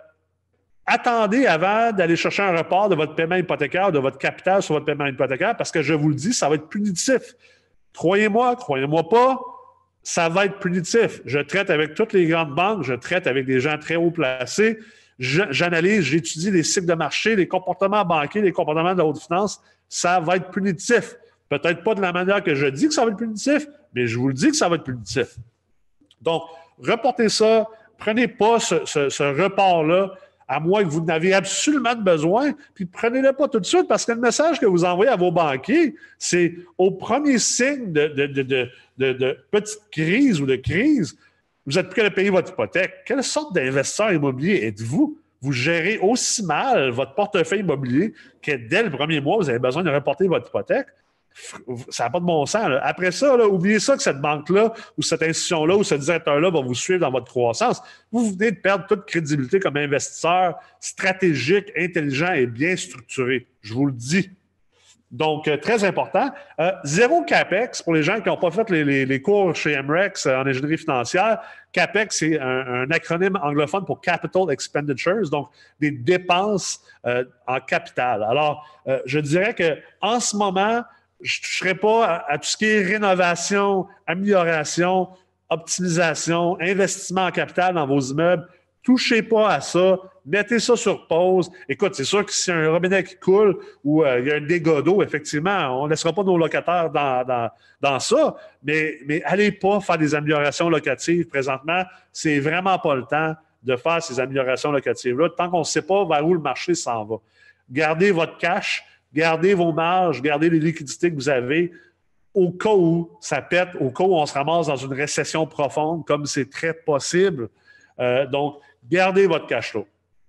attendez avant d'aller chercher un report de votre paiement hypothécaire, de votre capital sur votre paiement hypothécaire, parce que je vous le dis, ça va être punitif. Croyez-moi, croyez-moi pas, ça va être punitif. Je traite avec toutes les grandes banques, je traite avec des gens très haut placés, je, j'analyse, j'étudie les cycles de marché, les comportements banquiers, les comportements de la haute finance, ça va être punitif. Peut-être pas de la manière que je dis que ça va être punitif, mais je vous le dis que ça va être punitif. Donc, reportez ça, prenez pas ce, ce, ce report-là, à moins que vous n'avez absolument besoin, puis prenez-le pas tout de suite, parce que le message que vous envoyez à vos banquiers, c'est au premier signe de, de, de, de, de, de petite crise ou de crise, vous êtes plus qu'à payer votre hypothèque. Quelle sorte d'investisseur immobilier êtes-vous? Vous gérez aussi mal votre portefeuille immobilier que dès le premier mois, vous avez besoin de reporter votre hypothèque. Ça n'a pas de bon sens. Là. Après ça, là, oubliez ça que cette banque-là ou cette institution-là ou ce directeur-là va vous suivre dans votre croissance. Vous venez de perdre toute crédibilité comme investisseur stratégique, intelligent et bien structuré. Je vous le dis. Donc, euh, très important. Euh, zéro CAPEX, pour les gens qui n'ont pas fait les, les, les cours chez M R E X euh, en ingénierie financière, CAPEX, c'est un, un acronyme anglophone pour Capital Expenditures, donc des dépenses euh, en capital. Alors, euh, je dirais qu'en ce moment, je ne toucherai pas à, à tout ce qui est rénovation, amélioration, optimisation, investissement en capital dans vos immeubles. Touchez pas à ça. Mettez ça sur pause. Écoute, c'est sûr que si un robinet qui coule ou euh, il y a un dégât d'eau, effectivement, on ne laissera pas nos locataires dans, dans, dans ça, mais, mais allez pas faire des améliorations locatives présentement. C'est vraiment pas le temps de faire ces améliorations locatives-là tant qu'on ne sait pas vers où le marché s'en va. Gardez votre cash. Gardez vos marges, gardez les liquidités que vous avez au cas où ça pète, au cas où on se ramasse dans une récession profonde, comme c'est très possible. Euh, donc, gardez votre cash flow.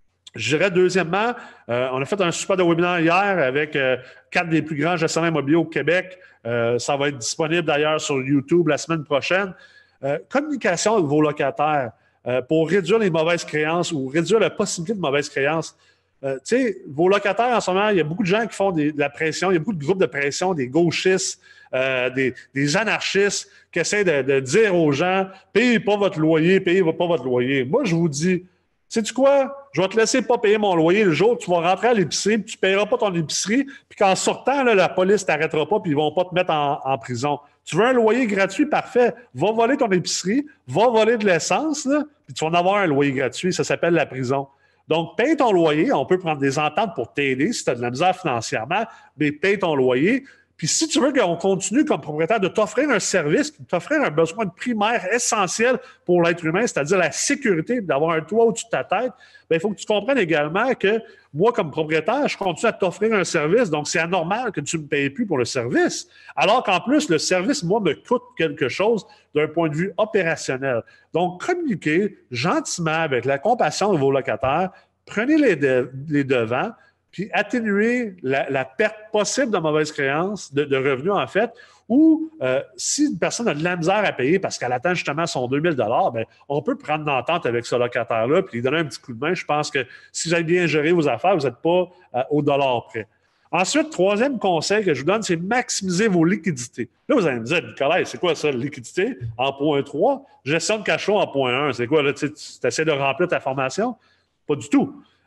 Je dirais deuxièmement, euh, on a fait un super de webinaire hier avec euh, quatre des plus grands gestionnaires immobiliers au Québec. Euh, ça va être disponible d'ailleurs sur YouTube la semaine prochaine. Euh, communication avec vos locataires euh, pour réduire les mauvaises créances ou réduire la possibilité de mauvaises créances. Euh, tu sais, vos locataires en ce moment, il y a beaucoup de gens qui font des, de la pression, il y a beaucoup de groupes de pression, des gauchistes, euh, des, des anarchistes qui essaient de, de dire aux gens « Payez pas votre loyer, payez pas votre loyer ». Moi, je vous dis, sais-tu quoi? Je vais te laisser pas payer mon loyer le jour où tu vas rentrer à l'épicerie, puis tu ne payeras pas ton épicerie, puis qu'en sortant, là, la police ne t'arrêtera pas, puis ils ne vont pas te mettre en, en prison. Tu veux un loyer gratuit? Parfait. Va voler ton épicerie, va voler de l'essence, là, puis tu vas en avoir un loyer gratuit. Ça s'appelle la prison. Donc, paye ton loyer. On peut prendre des ententes pour t'aider si tu as de la misère financièrement, mais paye ton loyer. Puis si tu veux qu'on continue comme propriétaire de t'offrir un service, de t'offrir un besoin primaire essentiel pour l'être humain, c'est-à-dire la sécurité, d'avoir un toit au-dessus de ta tête, bien, il faut que tu comprennes également que moi, comme propriétaire, je continue à t'offrir un service, donc c'est anormal que tu ne me payes plus pour le service. Alors qu'en plus, le service, moi, me coûte quelque chose d'un point de vue opérationnel. Donc, communiquez gentiment avec la compassion de vos locataires, prenez les, de, les devants, puis atténuer la, la perte possible de mauvaise créance, de, de revenus en fait, ou euh, si une personne a de la misère à payer parce qu'elle attend justement son deux mille dollars, bien, on peut prendre une entente avec ce locataire-là puis lui donner un petit coup de main. Je pense que si vous avez bien géré vos affaires, vous n'êtes pas euh, au dollar près. Ensuite, troisième conseil que je vous donne, c'est maximiser vos liquidités. Là, vous allez me dire, Nicolas, c'est quoi ça, liquidité? En point trois, gestion de cash flow en point un, c'est quoi? Là, tu essaies de remplir ta formation? Pas du tout.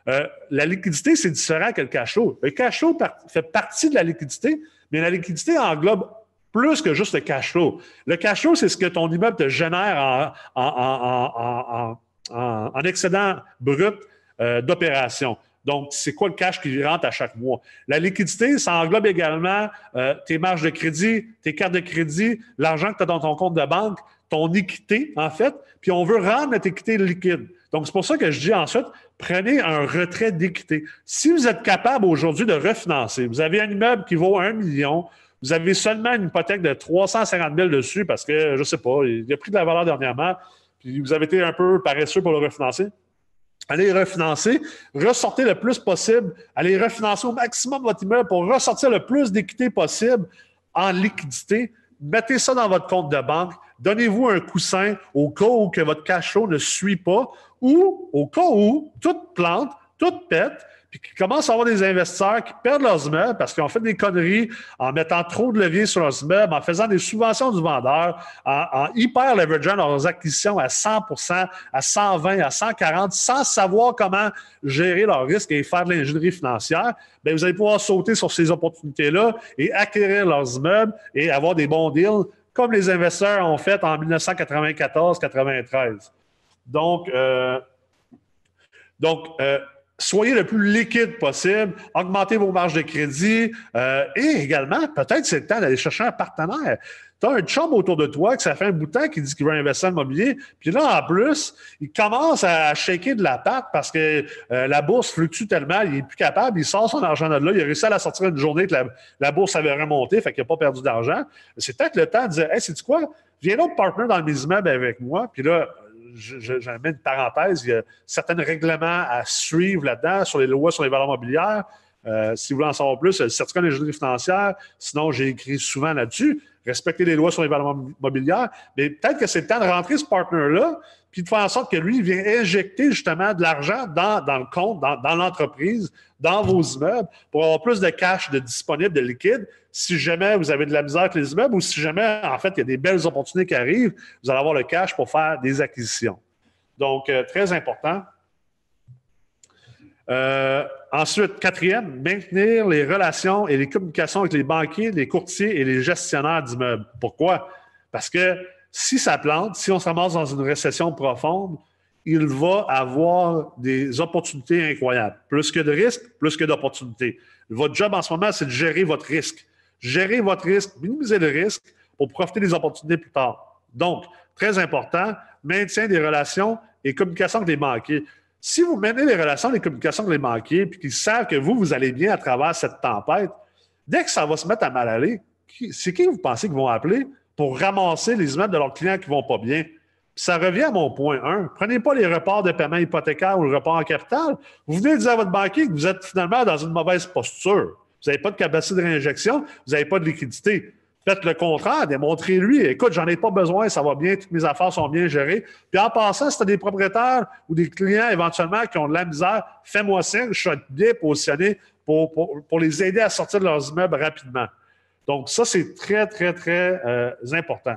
Euh, la liquidité, c'est différent que le cash flow. Le cash flow par- fait partie de la liquidité, mais la liquidité englobe plus que juste le cash flow. Le cash flow, c'est ce que ton immeuble te génère en, en, en, en, en, en excédent brut euh, d'opération. Donc, c'est quoi le cash qui rentre à chaque mois? La liquidité, ça englobe également euh, tes marges de crédit, tes cartes de crédit, l'argent que tu as dans ton compte de banque, ton équité, en fait, puis on veut rendre notre équité liquide. Donc, c'est pour ça que je dis ensuite, prenez un retrait d'équité. Si vous êtes capable aujourd'hui de refinancer, vous avez un immeuble qui vaut un million, vous avez seulement une hypothèque de trois cent cinquante mille dessus parce que, je ne sais pas, il a pris de la valeur dernièrement, puis vous avez été un peu paresseux pour le refinancer. Allez refinancer, ressortez le plus possible, allez refinancer au maximum votre immeuble pour ressortir le plus d'équité possible en liquidité. Mettez ça dans votre compte de banque. Donnez-vous un coussin au cas où que votre cash flow ne suit pas ou au cas où toute plante, toute pète, puis qui commencent à avoir des investisseurs qui perdent leurs immeubles parce qu'ils ont fait des conneries en mettant trop de levier sur leurs immeubles, en faisant des subventions du vendeur, en, en hyper leverageant leurs acquisitions à cent pour cent, à cent vingt, à cent quarante, sans savoir comment gérer leurs risques et faire de l'ingénierie financière. Bien, vous allez pouvoir sauter sur ces opportunités-là et acquérir leurs immeubles et avoir des bons deals comme les investisseurs ont fait en dix-neuf cent quatre-vingt-quatorze quatre-vingt-treize. Donc, euh, donc euh, soyez le plus liquide possible, augmentez vos marges de crédit euh, et également, peut-être c'est le temps d'aller chercher un partenaire. Tu as un chum autour de toi que ça fait un bout de temps qui dit qu'il veut investir en immobilier, puis là, en plus, il commence à shaker de la patte parce que euh, la bourse fluctue tellement, il n'est plus capable, il sort son argent de là, il a réussi à la sortir une journée que la, la bourse avait remonté, fait qu'il n'a pas perdu d'argent. C'est peut-être le temps de dire « Hey, sais-tu quoi? Viens donc partner dans mes immeubles avec moi. » Puis là, j'en mets une parenthèse, il y a certains règlements à suivre là-dedans sur les lois sur les valeurs mobilières. Euh, si vous voulez en savoir plus, le certificat d'ingénierie financière, sinon j'ai écrit souvent là-dessus, respecter les lois sur les valeurs mobilières, mais peut-être que c'est le temps de rentrer ce partner-là, puis de faire en sorte que lui, il vient injecter justement de l'argent dans, dans le compte, dans, dans l'entreprise, dans vos immeubles, pour avoir plus de cash de disponible, de liquide. Si jamais vous avez de la misère avec les immeubles ou si jamais, en fait, il y a des belles opportunités qui arrivent, vous allez avoir le cash pour faire des acquisitions. Donc, euh, très important. Euh, ensuite, quatrième, maintenir les relations et les communications avec les banquiers, les courtiers et les gestionnaires d'immeubles. Pourquoi? Parce que si ça plante, si on se ramasse dans une récession profonde, il va avoir des opportunités incroyables. Plus que de risques, plus que d'opportunités. Votre job en ce moment, c'est de gérer votre risque. Gérer votre risque, minimiser le risque pour profiter des opportunités plus tard. Donc, très important, maintien des relations et communication avec les banquiers. Si vous maintenez les relations, les communications avec les banquiers, puis qu'ils savent que vous, vous allez bien à travers cette tempête, dès que ça va se mettre à mal aller, c'est qui vous pensez qu'ils vont appeler pour ramasser les immeubles de leurs clients qui ne vont pas bien? Puis ça revient à mon point un. Prenez pas les reports de paiement hypothécaire ou le report en capital. Vous venez de dire à votre banquier que vous êtes finalement dans une mauvaise posture. Vous n'avez pas de capacité de réinjection, vous n'avez pas de liquidité. Faites le contraire, démontrez-lui, écoute, j'en ai pas besoin, ça va bien, toutes mes affaires sont bien gérées. Puis en passant, si tu as des propriétaires ou des clients éventuellement qui ont de la misère, fais-moi signe, je suis bien positionné pour, pour, pour les aider à sortir de leurs immeubles rapidement. Donc ça, c'est très, très, très euh, important.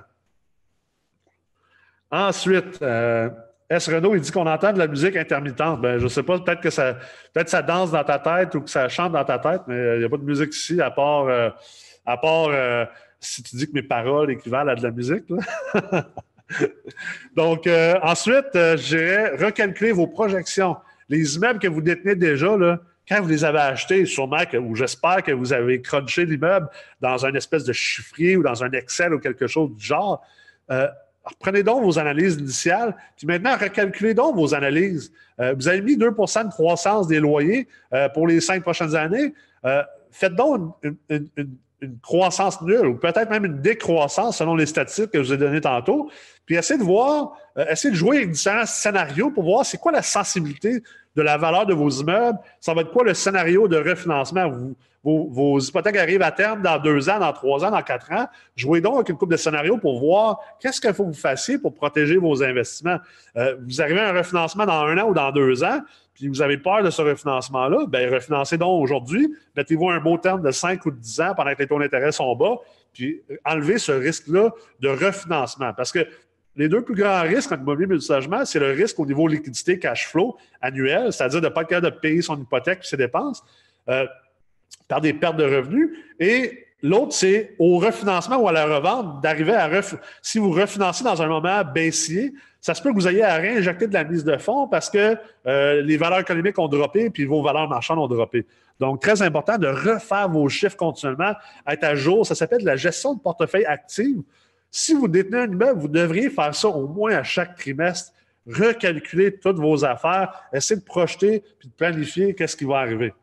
Ensuite, euh, S. Renaud, il dit qu'on entend de la musique intermittente. Ben, je ne sais pas, peut-être que ça, peut-être ça danse dans ta tête ou que ça chante dans ta tête, mais il n'y a pas de musique ici, à part, euh, à part euh, si tu dis que mes paroles équivalent à de la musique. Là. Donc, euh, ensuite, euh, je dirais recalculer vos projections. Les immeubles que vous détenez déjà, là, quand vous les avez achetés, sûrement que, ou j'espère que vous avez crunché l'immeuble dans une espèce de chiffrier ou dans un Excel ou quelque chose du genre. Euh, Prenez donc vos analyses initiales, puis maintenant, recalculez donc vos analyses. Euh, vous avez mis deux pour cent de croissance des loyers euh, pour les cinq prochaines années. Euh, faites donc une, une, une, une croissance nulle ou peut-être même une décroissance selon les statistiques que je vous ai données tantôt. Puis essayez de voir, euh, essayez de jouer avec différents scénarios pour voir c'est quoi la sensibilité de la valeur de vos immeubles. Ça va être quoi le scénario de refinancement? Vous, vos, vos hypothèques arrivent à terme dans deux ans, dans trois ans, dans quatre ans. Jouez donc avec une couple de scénarios pour voir qu'est-ce qu'il faut que vous fassiez pour protéger vos investissements. Euh, vous arrivez à un refinancement dans un an ou dans deux ans, puis vous avez peur de ce refinancement-là, bien, refinancez donc aujourd'hui. Mettez-vous un beau terme de cinq ou de dix ans pendant que les taux d'intérêt sont bas, puis enlevez ce risque-là de refinancement. Parce que les deux plus grands risques en immobilier multilogement, c'est le risque au niveau liquidité cash flow annuel, c'est-à-dire de ne pas être capable de payer son hypothèque et ses dépenses euh, par des pertes de revenus. Et l'autre, c'est au refinancement ou à la revente, d'arriver à... Ref... Si vous refinancez dans un moment baissier, ça se peut que vous ayez à réinjecter de la mise de fonds parce que euh, les valeurs économiques ont droppé puis vos valeurs marchandes ont droppé. Donc, très important de refaire vos chiffres continuellement, être à jour. Ça s'appelle de la gestion de portefeuille active. Si vous détenez un immeuble, vous devriez faire ça au moins à chaque trimestre, recalculer toutes vos affaires, essayer de projeter puis de planifier qu'est-ce qui va arriver.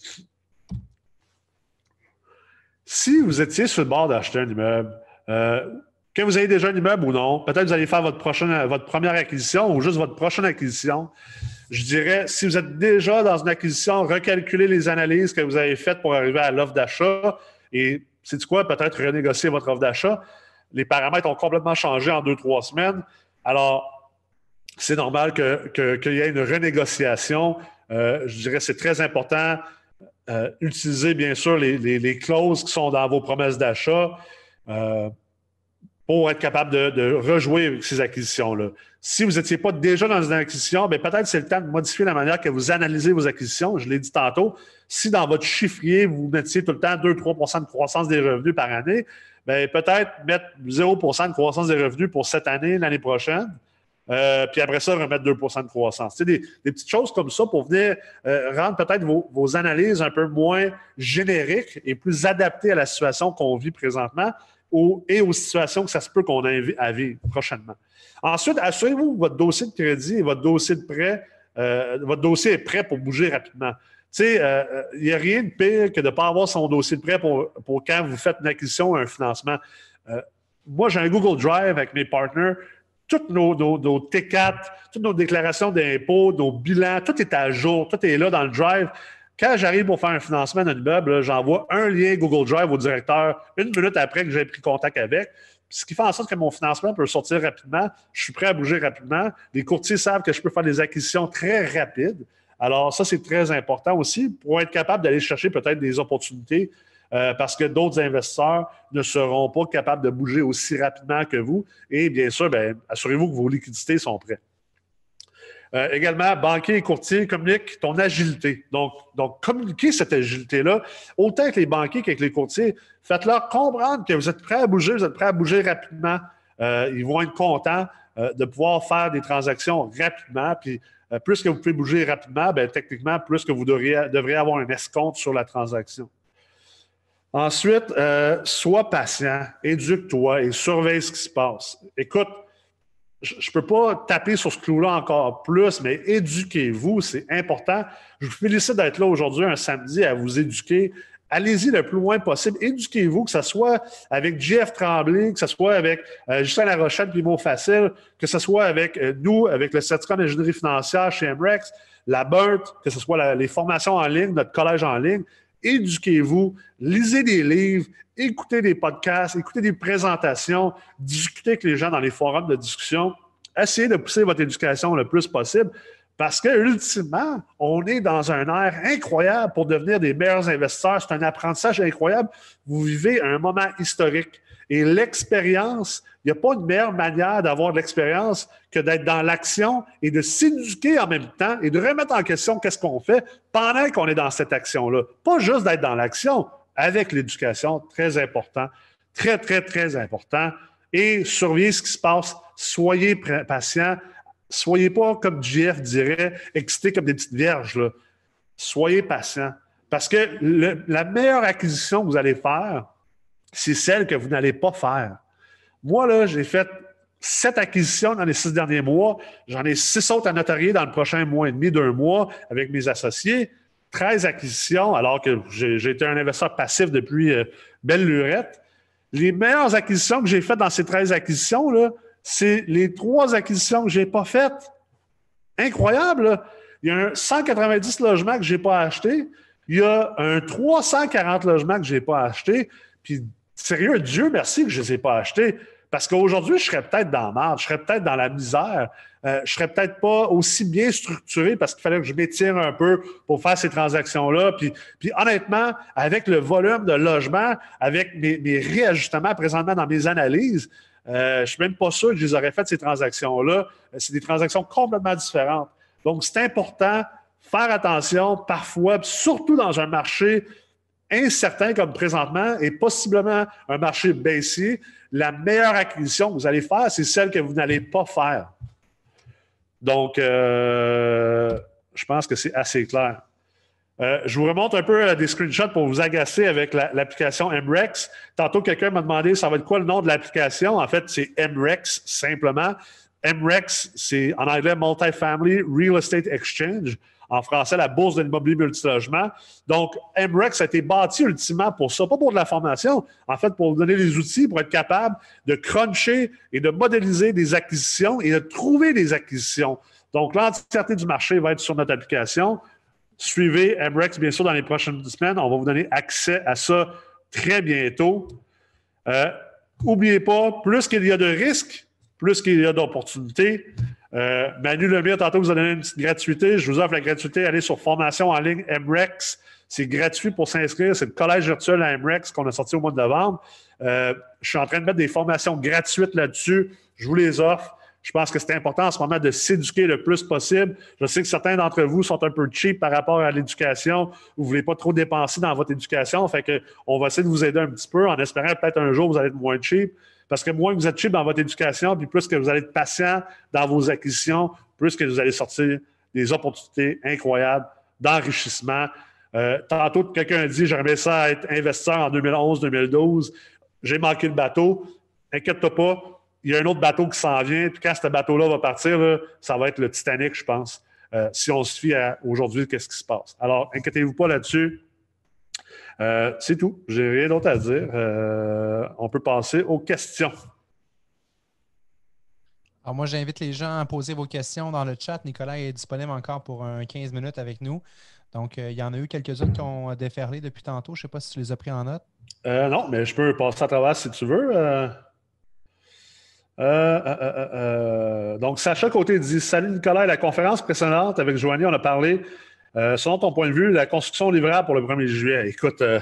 Si vous étiez sur le bord d'acheter un immeuble, euh, que vous ayez déjà un immeuble ou non, peut-être que vous allez faire votre, prochaine, votre première acquisition ou juste votre prochaine acquisition, je dirais, si vous êtes déjà dans une acquisition, recalculez les analyses que vous avez faites pour arriver à l'offre d'achat et, c'est quoi, peut-être renégocier votre offre d'achat. Les paramètres ont complètement changé en deux, trois semaines. Alors, c'est normal que, que, qu'il y ait une renégociation. Euh, je dirais que c'est très important. Euh, utilisez bien sûr les, les, les clauses qui sont dans vos promesses d'achat euh, pour être capable de, de rejouer avec ces acquisitions-là. Si vous n'étiez pas déjà dans une acquisition, bien, peut-être c'est le temps de modifier la manière que vous analysez vos acquisitions. Je l'ai dit tantôt, si dans votre chiffrier, vous mettiez tout le temps deux à trois pour cent de croissance des revenus par année, bien, peut-être mettre zéro pour cent de croissance des revenus pour cette année, l'année prochaine. Euh, puis après ça, remettre deux pour cent de croissance. C'est des, des petites choses comme ça pour venir euh, rendre peut-être vos, vos analyses un peu moins génériques et plus adaptées à la situation qu'on vit présentement ou, et aux situations que ça se peut qu'on ait à vivre prochainement. Ensuite, assurez-vous que votre dossier de crédit et votre dossier de prêt, euh, votre dossier est prêt pour bouger rapidement. Tu sais, il euh, n'y a rien de pire que de ne pas avoir son dossier de prêt pour, pour quand vous faites une acquisition ou un financement. Euh, moi, j'ai un Google Drive avec mes partners. Toutes nos, nos, nos T quatre, toutes nos déclarations d'impôts, nos bilans, tout est à jour, tout est là dans le Drive. Quand j'arrive pour faire un financement d'un immeuble, j'envoie un lien Google Drive au directeur une minute après que j'ai pris contact avec. Ce qui fait en sorte que mon financement peut sortir rapidement. Je suis prêt à bouger rapidement. Les courtiers savent que je peux faire des acquisitions très rapides. Alors, ça, c'est très important aussi pour être capable d'aller chercher peut-être des opportunités euh, parce que d'autres investisseurs ne seront pas capables de bouger aussi rapidement que vous. Et bien sûr, bien, assurez-vous que vos liquidités sont prêtes. Euh, également, banquier et courtier, communique ton agilité. Donc, donc communiquez cette agilité-là, autant avec les banquiers qu'avec les courtiers. Faites-leur comprendre que vous êtes prêts à bouger, vous êtes prêts à bouger rapidement. Euh, ils vont être contents euh, de pouvoir faire des transactions rapidement. Puis, euh, plus que vous pouvez bouger rapidement, bien, techniquement, plus que vous devriez, devriez avoir un escompte sur la transaction. Ensuite, euh, sois patient, éduque-toi et surveille ce qui se passe. Écoute, je ne peux pas taper sur ce clou-là encore plus, mais éduquez-vous, c'est important. Je vous félicite d'être là aujourd'hui, un samedi, à vous éduquer. Allez-y le plus loin possible. Éduquez-vous, que ce soit avec J F Tremblay, que ce soit avec euh, Justin Larochelle, Primo Facile, que ce soit avec euh, nous, avec le certificat d'ingénierie financière chez M R E X, la B E R T, que ce soit la, les formations en ligne, notre collège en ligne. Éduquez-vous, lisez des livres, écoutez des podcasts, écoutez des présentations, discutez avec les gens dans les forums de discussion. Essayez de pousser votre éducation le plus possible parce que, ultimement, on est dans un air incroyable pour devenir des meilleurs investisseurs. C'est un apprentissage incroyable. Vous vivez un moment historique. Et l'expérience, il n'y a pas une meilleure manière d'avoir de l'expérience que d'être dans l'action et de s'éduquer en même temps et de remettre en question qu'est-ce qu'on fait pendant qu'on est dans cette action-là. Pas juste d'être dans l'action, avec l'éducation, très important, très, très, très important. Et surveillez ce qui se passe. Soyez patient. Soyez pas, comme J F dirait, excités comme des petites vierges, là. Soyez patient. Parce que le, la meilleure acquisition que vous allez faire, c'est celle que vous n'allez pas faire. Moi, là, j'ai fait sept acquisitions dans les six derniers mois. J'en ai six autres à notarier dans le prochain mois et demi, deux mois, avec mes associés. treize acquisitions, alors que j'ai, j'ai été un investisseur passif depuis euh, belle lurette. Les meilleures acquisitions que j'ai faites dans ces treize acquisitions, là, c'est les trois acquisitions que je n'ai pas faites. Incroyable, là. Il y a un cent quatre-vingt-dix logements que je n'ai pas achetés. Il y a un trois cent quarante logements que je n'ai pas achetés. Puis, sérieux, Dieu merci que je ne les ai pas achetés. Parce qu'aujourd'hui, je serais peut-être dans la merde, je serais peut-être dans la misère. Euh, je ne serais peut-être pas aussi bien structuré parce qu'il fallait que je m'étire un peu pour faire ces transactions-là. Puis, puis honnêtement, avec le volume de logements, avec mes, mes réajustements présentement dans mes analyses, Euh, je ne suis même pas sûr que je les aurais faites, ces transactions-là. C'est des transactions complètement différentes. Donc, c'est important de faire attention parfois, surtout dans un marché incertain comme présentement et possiblement un marché baissier. La meilleure acquisition que vous allez faire, c'est celle que vous n'allez pas faire. Donc, euh, je pense que c'est assez clair. Euh, je vous remonte un peu des screenshots pour vous agacer avec la, l'application M R E X. Tantôt, quelqu'un m'a demandé ça va être quoi le nom de l'application. En fait, c'est M R E X simplement. M R E X, c'est en anglais Multifamily Real Estate Exchange. En français, la bourse de l'immobilier multilogement. Donc, M R E X a été bâti ultimement pour ça, pas pour de la formation, en fait, pour vous donner les outils pour être capable de cruncher et de modéliser des acquisitions et de trouver des acquisitions. Donc, l'entièreté du marché va être sur notre application. Suivez M R E X, bien sûr, dans les prochaines semaines. On va vous donner accès à ça très bientôt. Euh, N'oubliez pas, plus qu'il y a de risques, plus qu'il y a d'opportunités. Euh, Manu Lemire, tantôt, vous a donné une petite gratuité. Je vous offre la gratuité. Allez sur Formation en ligne M R E X. C'est gratuit pour s'inscrire. C'est le collège virtuel à M R E X qu'on a sorti au mois de novembre. Euh, je suis en train de mettre des formations gratuites là-dessus. Je vous les offre. Je pense que c'est important en ce moment de s'éduquer le plus possible. Je sais que certains d'entre vous sont un peu cheap par rapport à l'éducation. Vous ne voulez pas trop dépenser dans votre éducation. Fait que on va essayer de vous aider un petit peu en espérant peut-être un jour vous allez être moins cheap. Parce que moins que vous êtes cheap dans votre éducation, puis plus que vous allez être patient dans vos acquisitions, plus que vous allez sortir des opportunités incroyables d'enrichissement. Euh, tantôt, quelqu'un a dit « J'aimerais ça être investisseur en deux mille onze deux mille douze. J'ai manqué le bateau. » Inquiète-toi pas. Il y a un autre bateau qui s'en vient. Puis quand ce bateau-là va partir, là, ça va être le Titanic, je pense. Euh, si on se fie à aujourd'hui, qu'est-ce qui se passe. Alors, inquiétez-vous pas là-dessus. Euh, c'est tout. J'ai rien d'autre à dire. Euh, on peut passer aux questions. Alors moi, j'invite les gens à poser vos questions dans le chat. Nicolas est disponible encore pour un quinze minutes avec nous. Donc, euh, il y en a eu quelques-unes qui ont déferlé depuis tantôt. Je ne sais pas si tu les as pris en note. Euh, non, mais je peux passer à travers si tu veux. Euh... Euh, euh, euh, euh, donc, Sacha Côté dit « Salut Nicolas, la conférence précédente avec Joanie, on a parlé, euh, selon ton point de vue, la construction livrable pour le premier juillet. » Écoute, euh,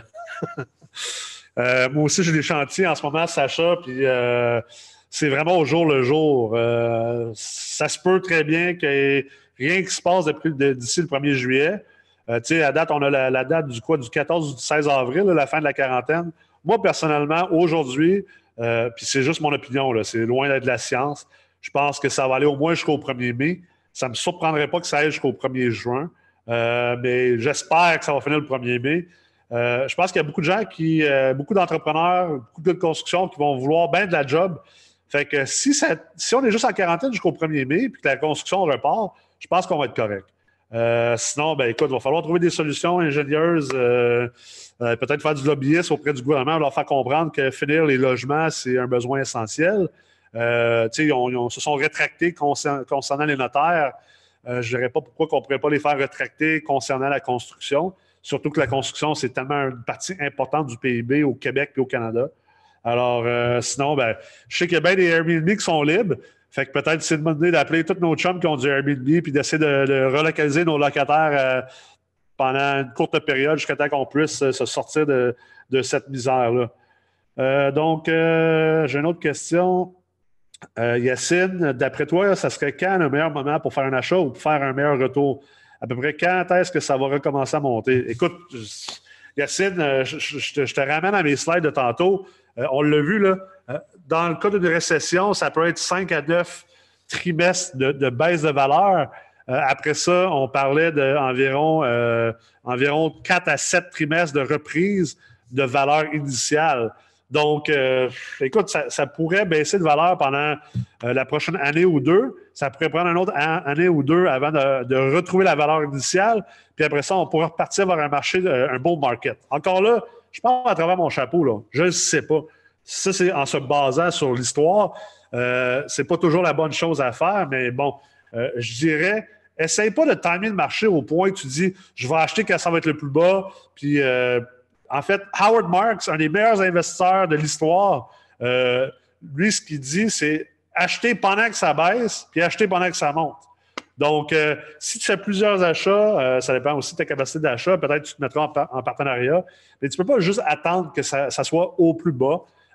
euh, moi aussi, j'ai des chantiers en ce moment, Sacha, puis euh, c'est vraiment au jour le jour. Euh, ça se peut très bien qu'il n'y ait rien qui se passe depuis, de, d'ici le premier juillet. Euh, tu sais, à date, on a la, la date du quoi, du quatorze ou du seize avril, là, la fin de la quarantaine. Moi, personnellement, aujourd'hui, Euh, puis c'est juste mon opinion, là. C'est loin d'être de la science. Je pense que ça va aller au moins jusqu'au premier mai. Ça ne me surprendrait pas que ça aille jusqu'au premier juin. Euh, mais j'espère que ça va finir le premier mai. Euh, je pense qu'il y a beaucoup de gens qui, euh, beaucoup d'entrepreneurs, beaucoup de construction qui vont vouloir bien de la job. Fait que si, ça, si on est juste en quarantaine jusqu'au premier mai puis que la construction repart, je pense qu'on va être correct. Euh, sinon, ben écoute, il va falloir trouver des solutions ingénieuses, euh, euh, peut-être faire du lobbyisme auprès du gouvernement, leur faire comprendre que finir les logements, c'est un besoin essentiel. Euh, tu sais, on, on se sont rétractés concernant, concernant les notaires. Euh, je ne dirais pas pourquoi on ne pourrait pas les faire rétracter concernant la construction, surtout que la construction, c'est tellement une partie importante du P I B au Québec et au Canada. Alors, euh, sinon, ben, je sais qu'il y a bien des Airbnb qui sont libres. Fait que peut-être c'est de bonne idée d'appeler tous nos chums qui ont du Airbnb puis d'essayer de, de relocaliser nos locataires euh, pendant une courte période jusqu'à temps qu'on puisse euh, se sortir de, de cette misère-là. Euh, donc, euh, j'ai une autre question. Euh, Yacine, d'après toi, ça serait quand le meilleur moment pour faire un achat ou pour faire un meilleur retour? À peu près quand est-ce que ça va recommencer à monter? Écoute, Yacine, euh, je, je, je te ramène à mes slides de tantôt. Euh, on l'a vu, là. Euh, dans le cas d'une récession, ça peut être cinq à neuf trimestres de, de baisse de valeur. Euh, après ça, on parlait d'environ euh, environ quatre à sept trimestres de reprise de valeur initiale. Donc, euh, écoute, ça, ça pourrait baisser de valeur pendant euh, la prochaine année ou deux. Ça pourrait prendre une autre an, année ou deux avant de, de retrouver la valeur initiale. Puis après ça, on pourrait repartir vers un marché, un bull market. Encore là, je parle à travers mon chapeau, là. Je ne sais pas. Ça, c'est en se basant sur l'histoire. Euh, c'est pas toujours la bonne chose à faire, mais bon, euh, je dirais, essaye pas de timer le marché au point que tu dis, je vais acheter quand ça va être le plus bas. Puis, euh, en fait, Howard Marks, un des meilleurs investisseurs de l'histoire, euh, lui, ce qu'il dit, c'est acheter pendant que ça baisse, puis acheter pendant que ça monte. Donc, euh, si tu fais plusieurs achats, euh, ça dépend aussi de ta capacité d'achat, peut-être que tu te mettras en, par- en partenariat, mais tu ne peux pas juste attendre que ça, ça soit au plus bas.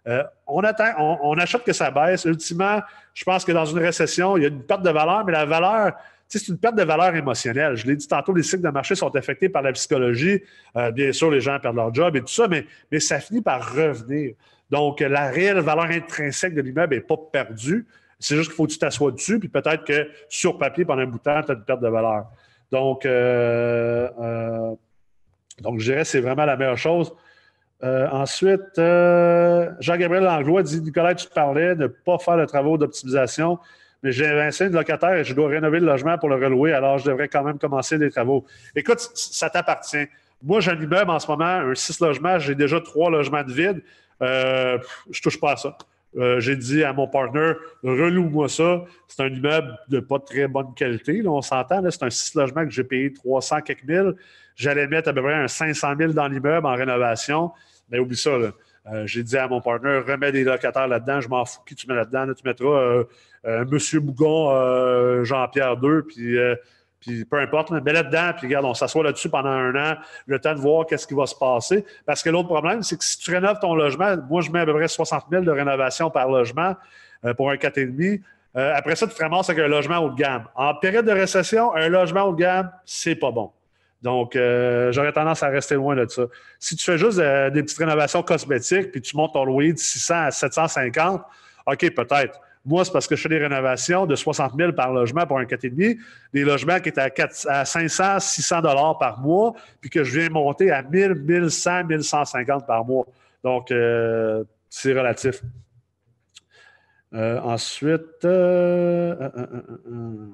Euh, on, attend, on, on achète que ça baisse. Ultimement, je pense que dans une récession, il y a une perte de valeur, mais la valeur, c'est une perte de valeur émotionnelle. Je l'ai dit tantôt, les cycles de marché sont affectés par la psychologie. Euh, bien sûr, les gens perdent leur job et tout ça, mais, mais ça finit par revenir. Donc, la réelle valeur intrinsèque de l'immeuble n'est pas perdue. C'est juste qu'il faut que tu t'assoies dessus, puis peut-être que sur papier, pendant un bout de temps, tu as une perte de valeur. Donc, euh, euh, donc je dirais que c'est vraiment la meilleure chose. Euh, ensuite, euh, Jean-Gabriel Langlois dit « Nicolas, tu parlais de ne pas faire de travaux d'optimisation, mais j'ai vingt-cinq locataires et je dois rénover le logement pour le relouer, alors je devrais quand même commencer des travaux. » Écoute, ça t'appartient. Moi, j'ai un immeuble en ce moment, un six logements, j'ai déjà trois logements de vide. Euh, je ne touche pas à ça. Euh, j'ai dit à mon partner, reloue-moi ça. C'est un immeuble de pas très bonne qualité. Là, on s'entend, là, c'est un six logements que j'ai payé trois cents quelques mille. J'allais mettre à peu près un cinq cent mille dans l'immeuble en rénovation. Mais oublie ça, là. Euh, j'ai dit à mon partner, remets des locataires là-dedans. Je m'en fous qui tu mets là-dedans. Là, tu mettras euh, euh, M. Bougon, euh, Jean-Pierre deux, puis... Euh, Puis peu importe, mets là-dedans, puis regarde, on s'assoit là-dessus pendant un an, le temps de voir qu'est-ce qui va se passer. Parce que l'autre problème, c'est que si tu rénoves ton logement, moi, je mets à peu près soixante mille de rénovation par logement euh, pour un quatre virgule cinq. Euh, après ça, tu te ramasses avec un logement haut de gamme. En période de récession, un logement haut de gamme, c'est pas bon. Donc, euh, j'aurais tendance à rester loin de ça. Si tu fais juste euh, des petites rénovations cosmétiques, puis tu montes ton loyer de six cents à sept cent cinquante, OK, peut-être. Moi, c'est parce que je fais des rénovations de soixante mille par logement pour un quatre virgule cinq, des logements qui étaient à, quatre, à cinq cents, six cents dollars par mois, puis que je viens monter à mille, mille cent, mille cent cinquante par mois. Donc, euh, c'est relatif. Euh, ensuite, euh, euh, euh, euh,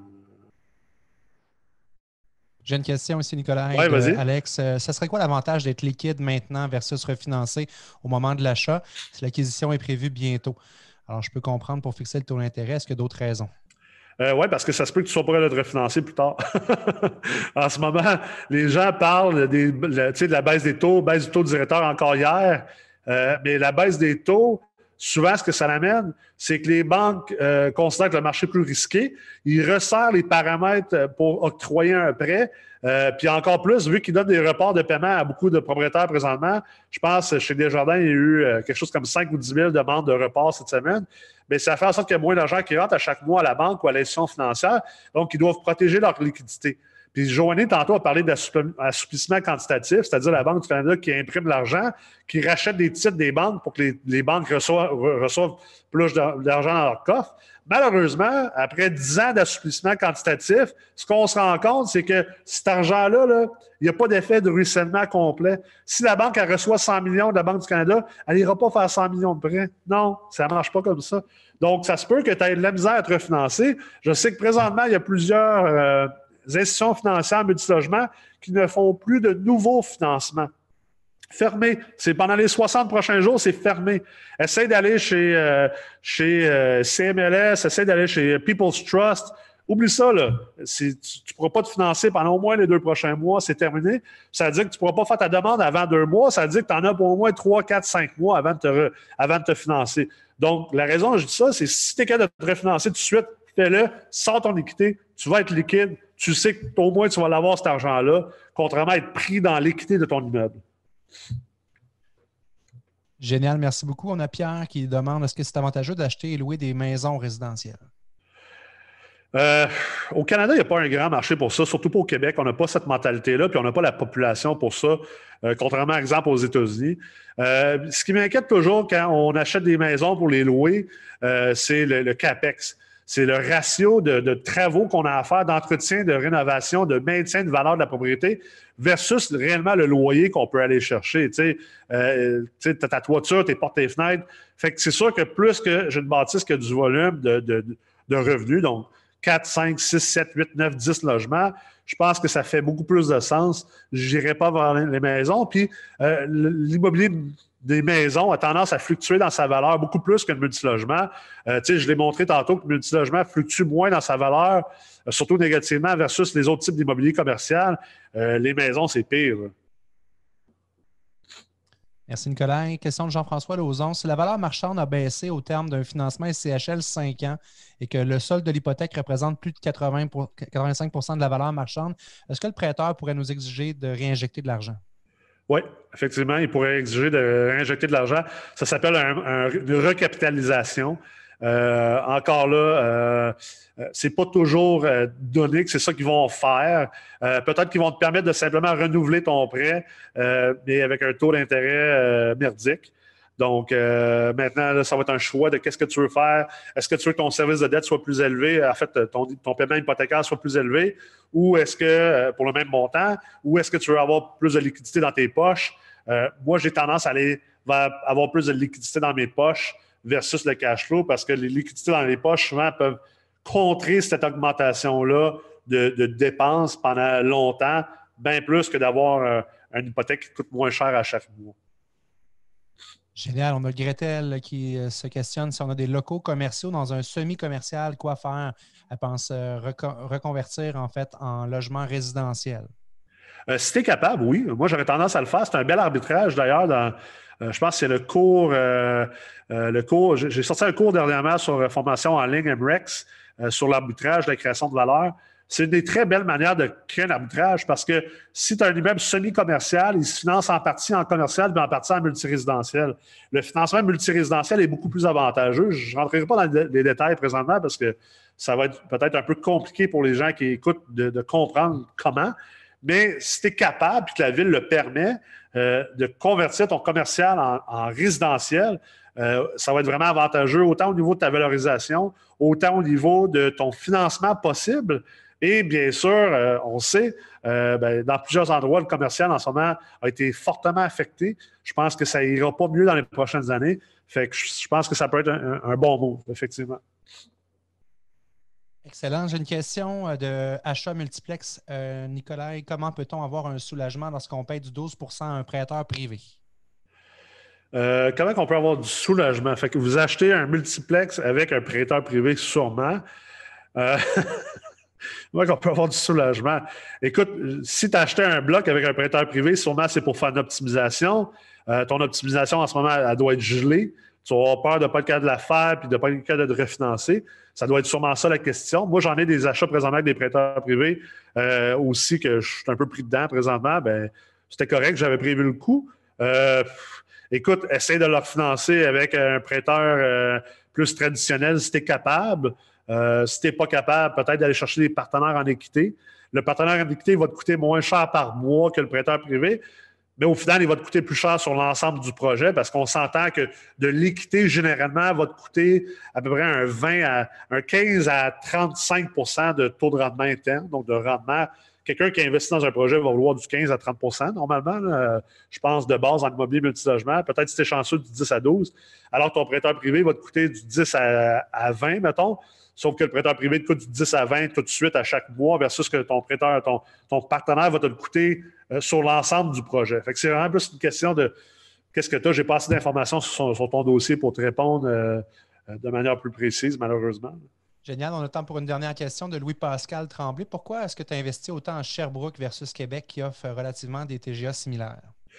J'ai une question ici, Nicolas. Ouais, vas-y. Alex, euh, ça serait quoi l'avantage d'être liquide maintenant versus refinancé au moment de l'achat si l'acquisition est prévue bientôt? Alors, je peux comprendre pour fixer le taux d'intérêt. Est-ce qu'il y a d'autres raisons? Euh, oui, parce que ça se peut que tu sois prêt à te refinancer plus tard. En ce moment, les gens parlent des, le, de la baisse des taux, baisse du taux directeur encore hier, euh, mais la baisse des taux, souvent, ce que ça amène, c'est que les banques euh, considèrent que le marché est plus risqué. Ils resserrent les paramètres pour octroyer un prêt. Euh, puis encore plus, vu qu'ils donnent des reports de paiement à beaucoup de propriétaires présentement, je pense chez Desjardins, il y a eu euh, quelque chose comme cinq ou dix mille demandes de report cette semaine. Mais ça fait en sorte qu'il y a moins d'argent qui rentre à chaque mois à la banque ou à l'institution financière. Donc, ils doivent protéger leur liquidité. Puis Joanie, tantôt, a parlé d'assouplissement quantitatif, c'est-à-dire la Banque du Canada qui imprime l'argent, qui rachète des titres des banques pour que les, les banques reçoivent, reçoivent plus d'argent dans leur coffre. Malheureusement, après dix ans d'assouplissement quantitatif, ce qu'on se rend compte, c'est que cet argent-là, là, il n'y a pas d'effet de ruissellement complet. Si la banque elle reçoit cent millions de la Banque du Canada, elle n'ira pas faire cent millions de prêts. Non, ça ne marche pas comme ça. Donc, ça se peut que tu aies de la misère à te refinancer. Je sais que présentement, il y a plusieurs euh, institutions financières multilogements qui ne font plus de nouveaux financements. Fermé. C'est pendant les soixante prochains jours, c'est fermé. Essaye d'aller chez, euh, chez euh, C M L S, essaye d'aller chez People's Trust. Oublie ça, là. Si tu ne pourras pas te financer pendant au moins les deux prochains mois, c'est terminé. Ça veut dire que tu ne pourras pas faire ta demande avant deux mois. Ça veut dire que tu en as pour au moins trois, quatre, cinq mois avant de te, re, avant de te financer. Donc, la raison dont je dis ça, c'est si tu es capable de te refinancer tout de suite, fais-le, sors ton équité, tu vas être liquide, tu sais qu'au moins tu vas l'avoir cet argent-là, contrairement à être pris dans l'équité de ton immeuble. Génial, merci beaucoup. On a Pierre qui demande est-ce que c'est avantageux d'acheter et louer des maisons résidentielles? Euh, au Canada, il n'y a pas un grand marché pour ça, surtout pas au Québec. On n'a pas cette mentalité-là, puis on n'a pas la population pour ça, euh, contrairement, par exemple, aux États-Unis. Euh, ce qui m'inquiète toujours quand on achète des maisons pour les louer, euh, c'est le, le CAPEX. C'est le ratio de, de travaux qu'on a à faire, d'entretien, de rénovation, de maintien de valeur de la propriété versus réellement le loyer qu'on peut aller chercher. Tu sais, euh, tu as ta toiture, tes portes, tes fenêtres. Fait que c'est sûr que plus que j'ai une bâtisse qui a du volume de, de, de revenus, donc quatre, cinq, six, sept, huit, neuf, dix logements, je pense que ça fait beaucoup plus de sens. Je n'irai pas vers les maisons. Puis euh, l'immobilier des maisons a tendance à fluctuer dans sa valeur beaucoup plus que le multilogement. Euh, tu sais, je l'ai montré tantôt que le multilogement fluctue moins dans sa valeur, euh, surtout négativement versus les autres types d'immobilier commercial. Euh, les maisons, c'est pire. Là. Merci, Nicolas. Question de Jean-François Lauzon. Si la valeur marchande a baissé au terme d'un financement S C H L cinq ans et que le solde de l'hypothèque représente plus de quatre-vingts pour, quatre-vingt-cinq pour cent de la valeur marchande, est-ce que le prêteur pourrait nous exiger de réinjecter de l'argent? Oui, effectivement, il pourrait exiger de réinjecter de l'argent. Ça s'appelle un, un, une recapitalisation. Euh, encore là, euh, c'est pas toujours euh, donné que c'est ça qu'ils vont faire. Euh, peut-être qu'ils vont te permettre de simplement renouveler ton prêt, euh, mais avec un taux d'intérêt euh, merdique. Donc, euh, maintenant, là, ça va être un choix de qu'est-ce que tu veux faire. Est-ce que tu veux que ton service de dette soit plus élevé, en fait, ton, ton paiement hypothécaire soit plus élevé, ou est-ce que, euh, pour le même montant, ou est-ce que tu veux avoir plus de liquidité dans tes poches? Euh, moi, j'ai tendance à aller vers avoir plus de liquidité dans mes poches versus le cash flow parce que les liquidités dans les poches, souvent, peuvent contrer cette augmentation-là de, de dépenses pendant longtemps, bien plus que d'avoir euh, une hypothèque qui coûte moins cher à chaque mois. Génial. On a Gretel qui euh, se questionne si on a des locaux commerciaux dans un semi-commercial, quoi faire? Elle pense euh, reco- reconvertir en fait en logement résidentiel. Euh, si tu es capable, oui. Moi, j'aurais tendance à le faire. C'est un bel arbitrage d'ailleurs. Dans, euh, je pense que c'est le cours. Euh, euh, le cours j'ai, j'ai sorti un cours dernièrement sur euh, formation en ligne M R E X euh, sur l'arbitrage, la création de valeur. C'est une des très belles manières de créer un arbitrage parce que si tu as un immeuble semi-commercial, il se finance en partie en commercial mais en partie en multirésidentiel. Le financement multirésidentiel est beaucoup plus avantageux. Je ne rentrerai pas dans les détails présentement parce que ça va être peut-être un peu compliqué pour les gens qui écoutent de, de comprendre comment. Mais si tu es capable et que la ville le permet euh, de convertir ton commercial en, en résidentiel, euh, ça va être vraiment avantageux autant au niveau de ta valorisation, autant au niveau de ton financement possible. Et bien sûr, euh, on sait, euh, ben, dans plusieurs endroits, le commercial en ce moment a été fortement affecté. Je pense que ça ira pas mieux dans les prochaines années. Fait que je pense que ça peut être un, un bon move, effectivement. Excellent. J'ai une question de achat multiplex. Euh, Nicolas, comment peut-on avoir un soulagement lorsqu'on paye du douze pour cent à un prêteur privé? Euh, comment on peut avoir du soulagement? Fait que vous achetez un multiplex avec un prêteur privé, sûrement. Euh, comment on peut avoir du soulagement? Écoute, si tu as acheté un bloc avec un prêteur privé, sûrement c'est pour faire une optimisation. Euh, ton optimisation, en ce moment, elle doit être gelée. Tu vas avoir peur de ne pas être capable de la faire puis de ne pas être capable de refinancer. Ça doit être sûrement ça la question. Moi, j'en ai des achats présentement avec des prêteurs privés euh, aussi que je suis un peu pris dedans présentement. Ben, c'était correct, j'avais prévu le coup. Euh, écoute, essaie de leur financer avec un prêteur euh, plus traditionnel si tu es capable. Euh, si tu n'es pas capable, peut-être d'aller chercher des partenaires en équité. Le partenaire en équité va te coûter moins cher par mois que le prêteur privé. Mais au final, il va te coûter plus cher sur l'ensemble du projet parce qu'on s'entend que de l'équité, généralement, va te coûter à peu près un vingt à un quinze à trente-cinq pour cent de taux de rendement interne, donc de rendement. Quelqu'un qui investit dans un projet va vouloir du quinze à trente pour cent normalement, là, je pense, de base en immobilier multilogement. Peut-être si tu es chanceux, du dix à douze. Alors ton prêteur privé va te coûter du dix à vingt, mettons. Sauf que le prêteur privé te coûte du dix à vingt tout de suite à chaque mois versus que ton prêteur, ton, ton partenaire va te le coûter euh, sur l'ensemble du projet. Fait que c'est vraiment plus une question de qu'est-ce que tu as. J'ai pas assez d'informations sur, sur ton dossier pour te répondre euh, de manière plus précise, malheureusement. Génial. On a le temps pour une dernière question de Louis-Pascal Tremblay. Pourquoi est-ce que tu as investi autant en Sherbrooke versus Québec qui offre relativement des T G A similaires?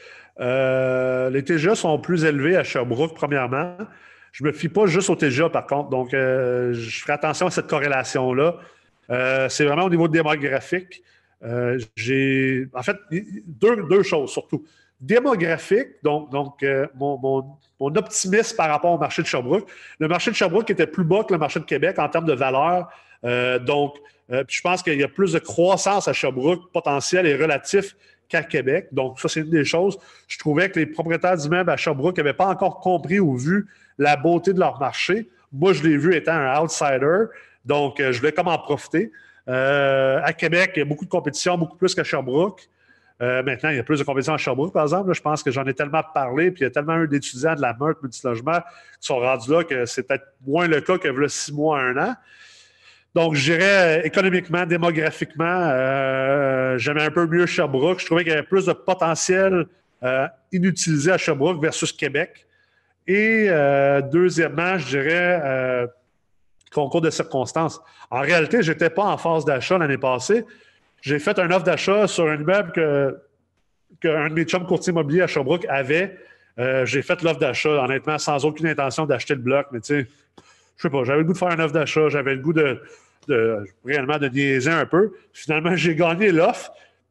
Euh, les T G A sont plus élevés à Sherbrooke, premièrement. Je ne me fie pas juste au T G A, par contre. Donc, euh, je ferai attention à cette corrélation-là. Euh, c'est vraiment au niveau démographique. Euh, j'ai, en fait, deux, deux choses surtout. Démographique, donc, donc euh, mon, mon, mon optimisme par rapport au marché de Sherbrooke. Le marché de Sherbrooke était plus bas que le marché de Québec en termes de valeur. Euh, donc, euh, je pense qu'il y a plus de croissance à Sherbrooke potentiel et relatif qu'à Québec. Donc, ça, c'est une des choses. Je trouvais que les propriétaires d'immeubles à Sherbrooke n'avaient pas encore compris ou vu la beauté de leur marché. Moi, je l'ai vu étant un outsider. Donc, je voulais comme en profiter. Euh, à Québec, il y a beaucoup de compétition, beaucoup plus qu'à Sherbrooke. Euh, maintenant, il y a plus de compétition à Sherbrooke, par exemple. Là, je pense que j'en ai tellement parlé, puis il y a tellement eu d'étudiants de la Meurthe multilogement qui sont rendus là que c'est peut-être moins le cas qu'il y a six mois, un an. Donc, je dirais économiquement, démographiquement, euh, j'aimais un peu mieux Sherbrooke. Je trouvais qu'il y avait plus de potentiel euh, inutilisé à Sherbrooke versus Québec. Et euh, deuxièmement, je dirais euh, concours de circonstances. En réalité, je n'étais pas en phase d'achat l'année passée. J'ai fait une offre d'achat sur un immeuble que, qu'un de mes chums courtiers immobiliers à Sherbrooke avait. Euh, j'ai fait l'offre d'achat, honnêtement, sans aucune intention d'acheter le bloc. Mais tu sais, je sais pas, j'avais le goût de faire une offre d'achat, j'avais le goût de, de réellement de niaiser un peu. Finalement, j'ai gagné l'offre.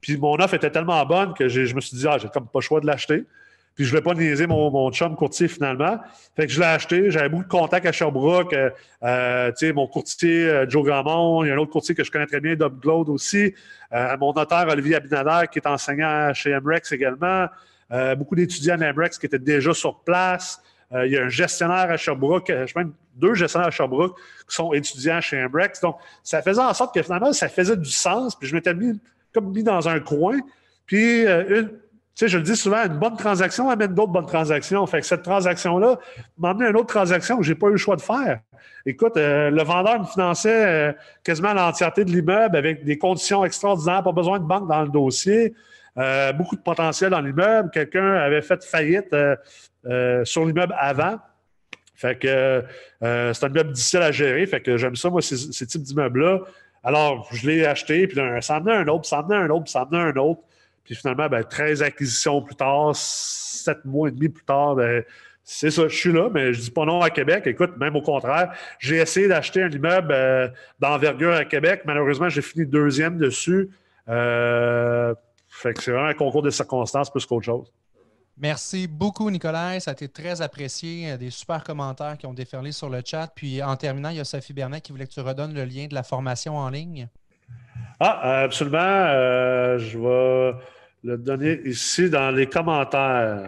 Puis mon offre était tellement bonne que je me suis dit, ah, j'ai comme pas le choix de l'acheter. Puis je ne voulais pas niaiser mon, mon chum courtier finalement. Fait que je l'ai acheté. J'avais beaucoup de contacts à Sherbrooke. Euh, euh, tu sais, mon courtier euh, Joe Gramont. Il y a un autre courtier que je connais très bien, Doug Glaude aussi. Euh, mon notaire Olivier Abinader, qui est enseignant chez M R E X également. Euh, beaucoup d'étudiants de M R E X qui étaient déjà sur place. Euh, il y a un gestionnaire à Sherbrooke, je sais même deux gestionnaires à Sherbrooke qui sont étudiants chez M R E X. Donc, ça faisait en sorte que finalement, ça faisait du sens. Puis je m'étais mis, comme mis dans un coin. Puis, euh, une, tu sais, je le dis souvent, une bonne transaction amène d'autres bonnes transactions. Fait que cette transaction-là m'a amené à une autre transaction que je n'ai pas eu le choix de faire. Écoute, euh, le vendeur me finançait euh, quasiment l'entièreté de l'immeuble avec des conditions extraordinaires, pas besoin de banque dans le dossier, euh, beaucoup de potentiel dans l'immeuble. Quelqu'un avait fait faillite euh, euh, sur l'immeuble avant. Fait que euh, c'est un immeuble difficile à gérer. Fait que j'aime ça, moi, ces, ces types d'immeubles-là. Alors, je l'ai acheté, puis là, ça en amenait un autre, puis ça en amenait un autre, puis ça en amenait un autre. Puis finalement, ben, treize acquisitions plus tard, sept mois et demi plus tard, ben, c'est ça, je suis là, mais je dis pas non à Québec. Écoute, même au contraire, j'ai essayé d'acheter un immeuble euh, d'envergure à Québec. Malheureusement, j'ai fini deuxième dessus. Euh, fait que c'est vraiment un concours de circonstances plus qu'autre chose. Merci beaucoup, Nicolas. Ça a été très apprécié. Des super commentaires qui ont déferlé sur le chat. Puis en terminant, il y a Sophie Bernet qui voulait que tu redonnes le lien de la formation en ligne. Ah, absolument. Euh, je vais le donner ici dans les commentaires.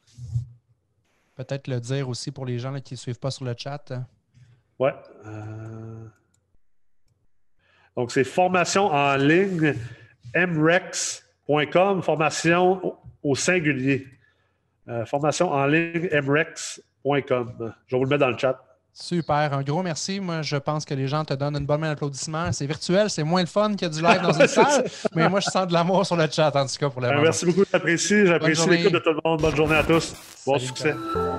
Peut-être le dire aussi pour les gens là, qui ne suivent pas sur le chat. Oui. Euh... Donc, c'est formation en ligne M R E X point com, formation au singulier. Euh, formation en ligne M R E X point com. Je vais vous le mettre dans le chat. Super, un gros merci. Moi, je pense que les gens te donnent une bonne main d'applaudissement. C'est virtuel, c'est moins le fun que du live dans une salle, mais moi, je sens de l'amour sur le chat, en tout cas, pour le euh, moment. Merci beaucoup, j'apprécie. J'apprécie l'écoute de tout le monde. Bonne journée à tous. Bon Salut, succès.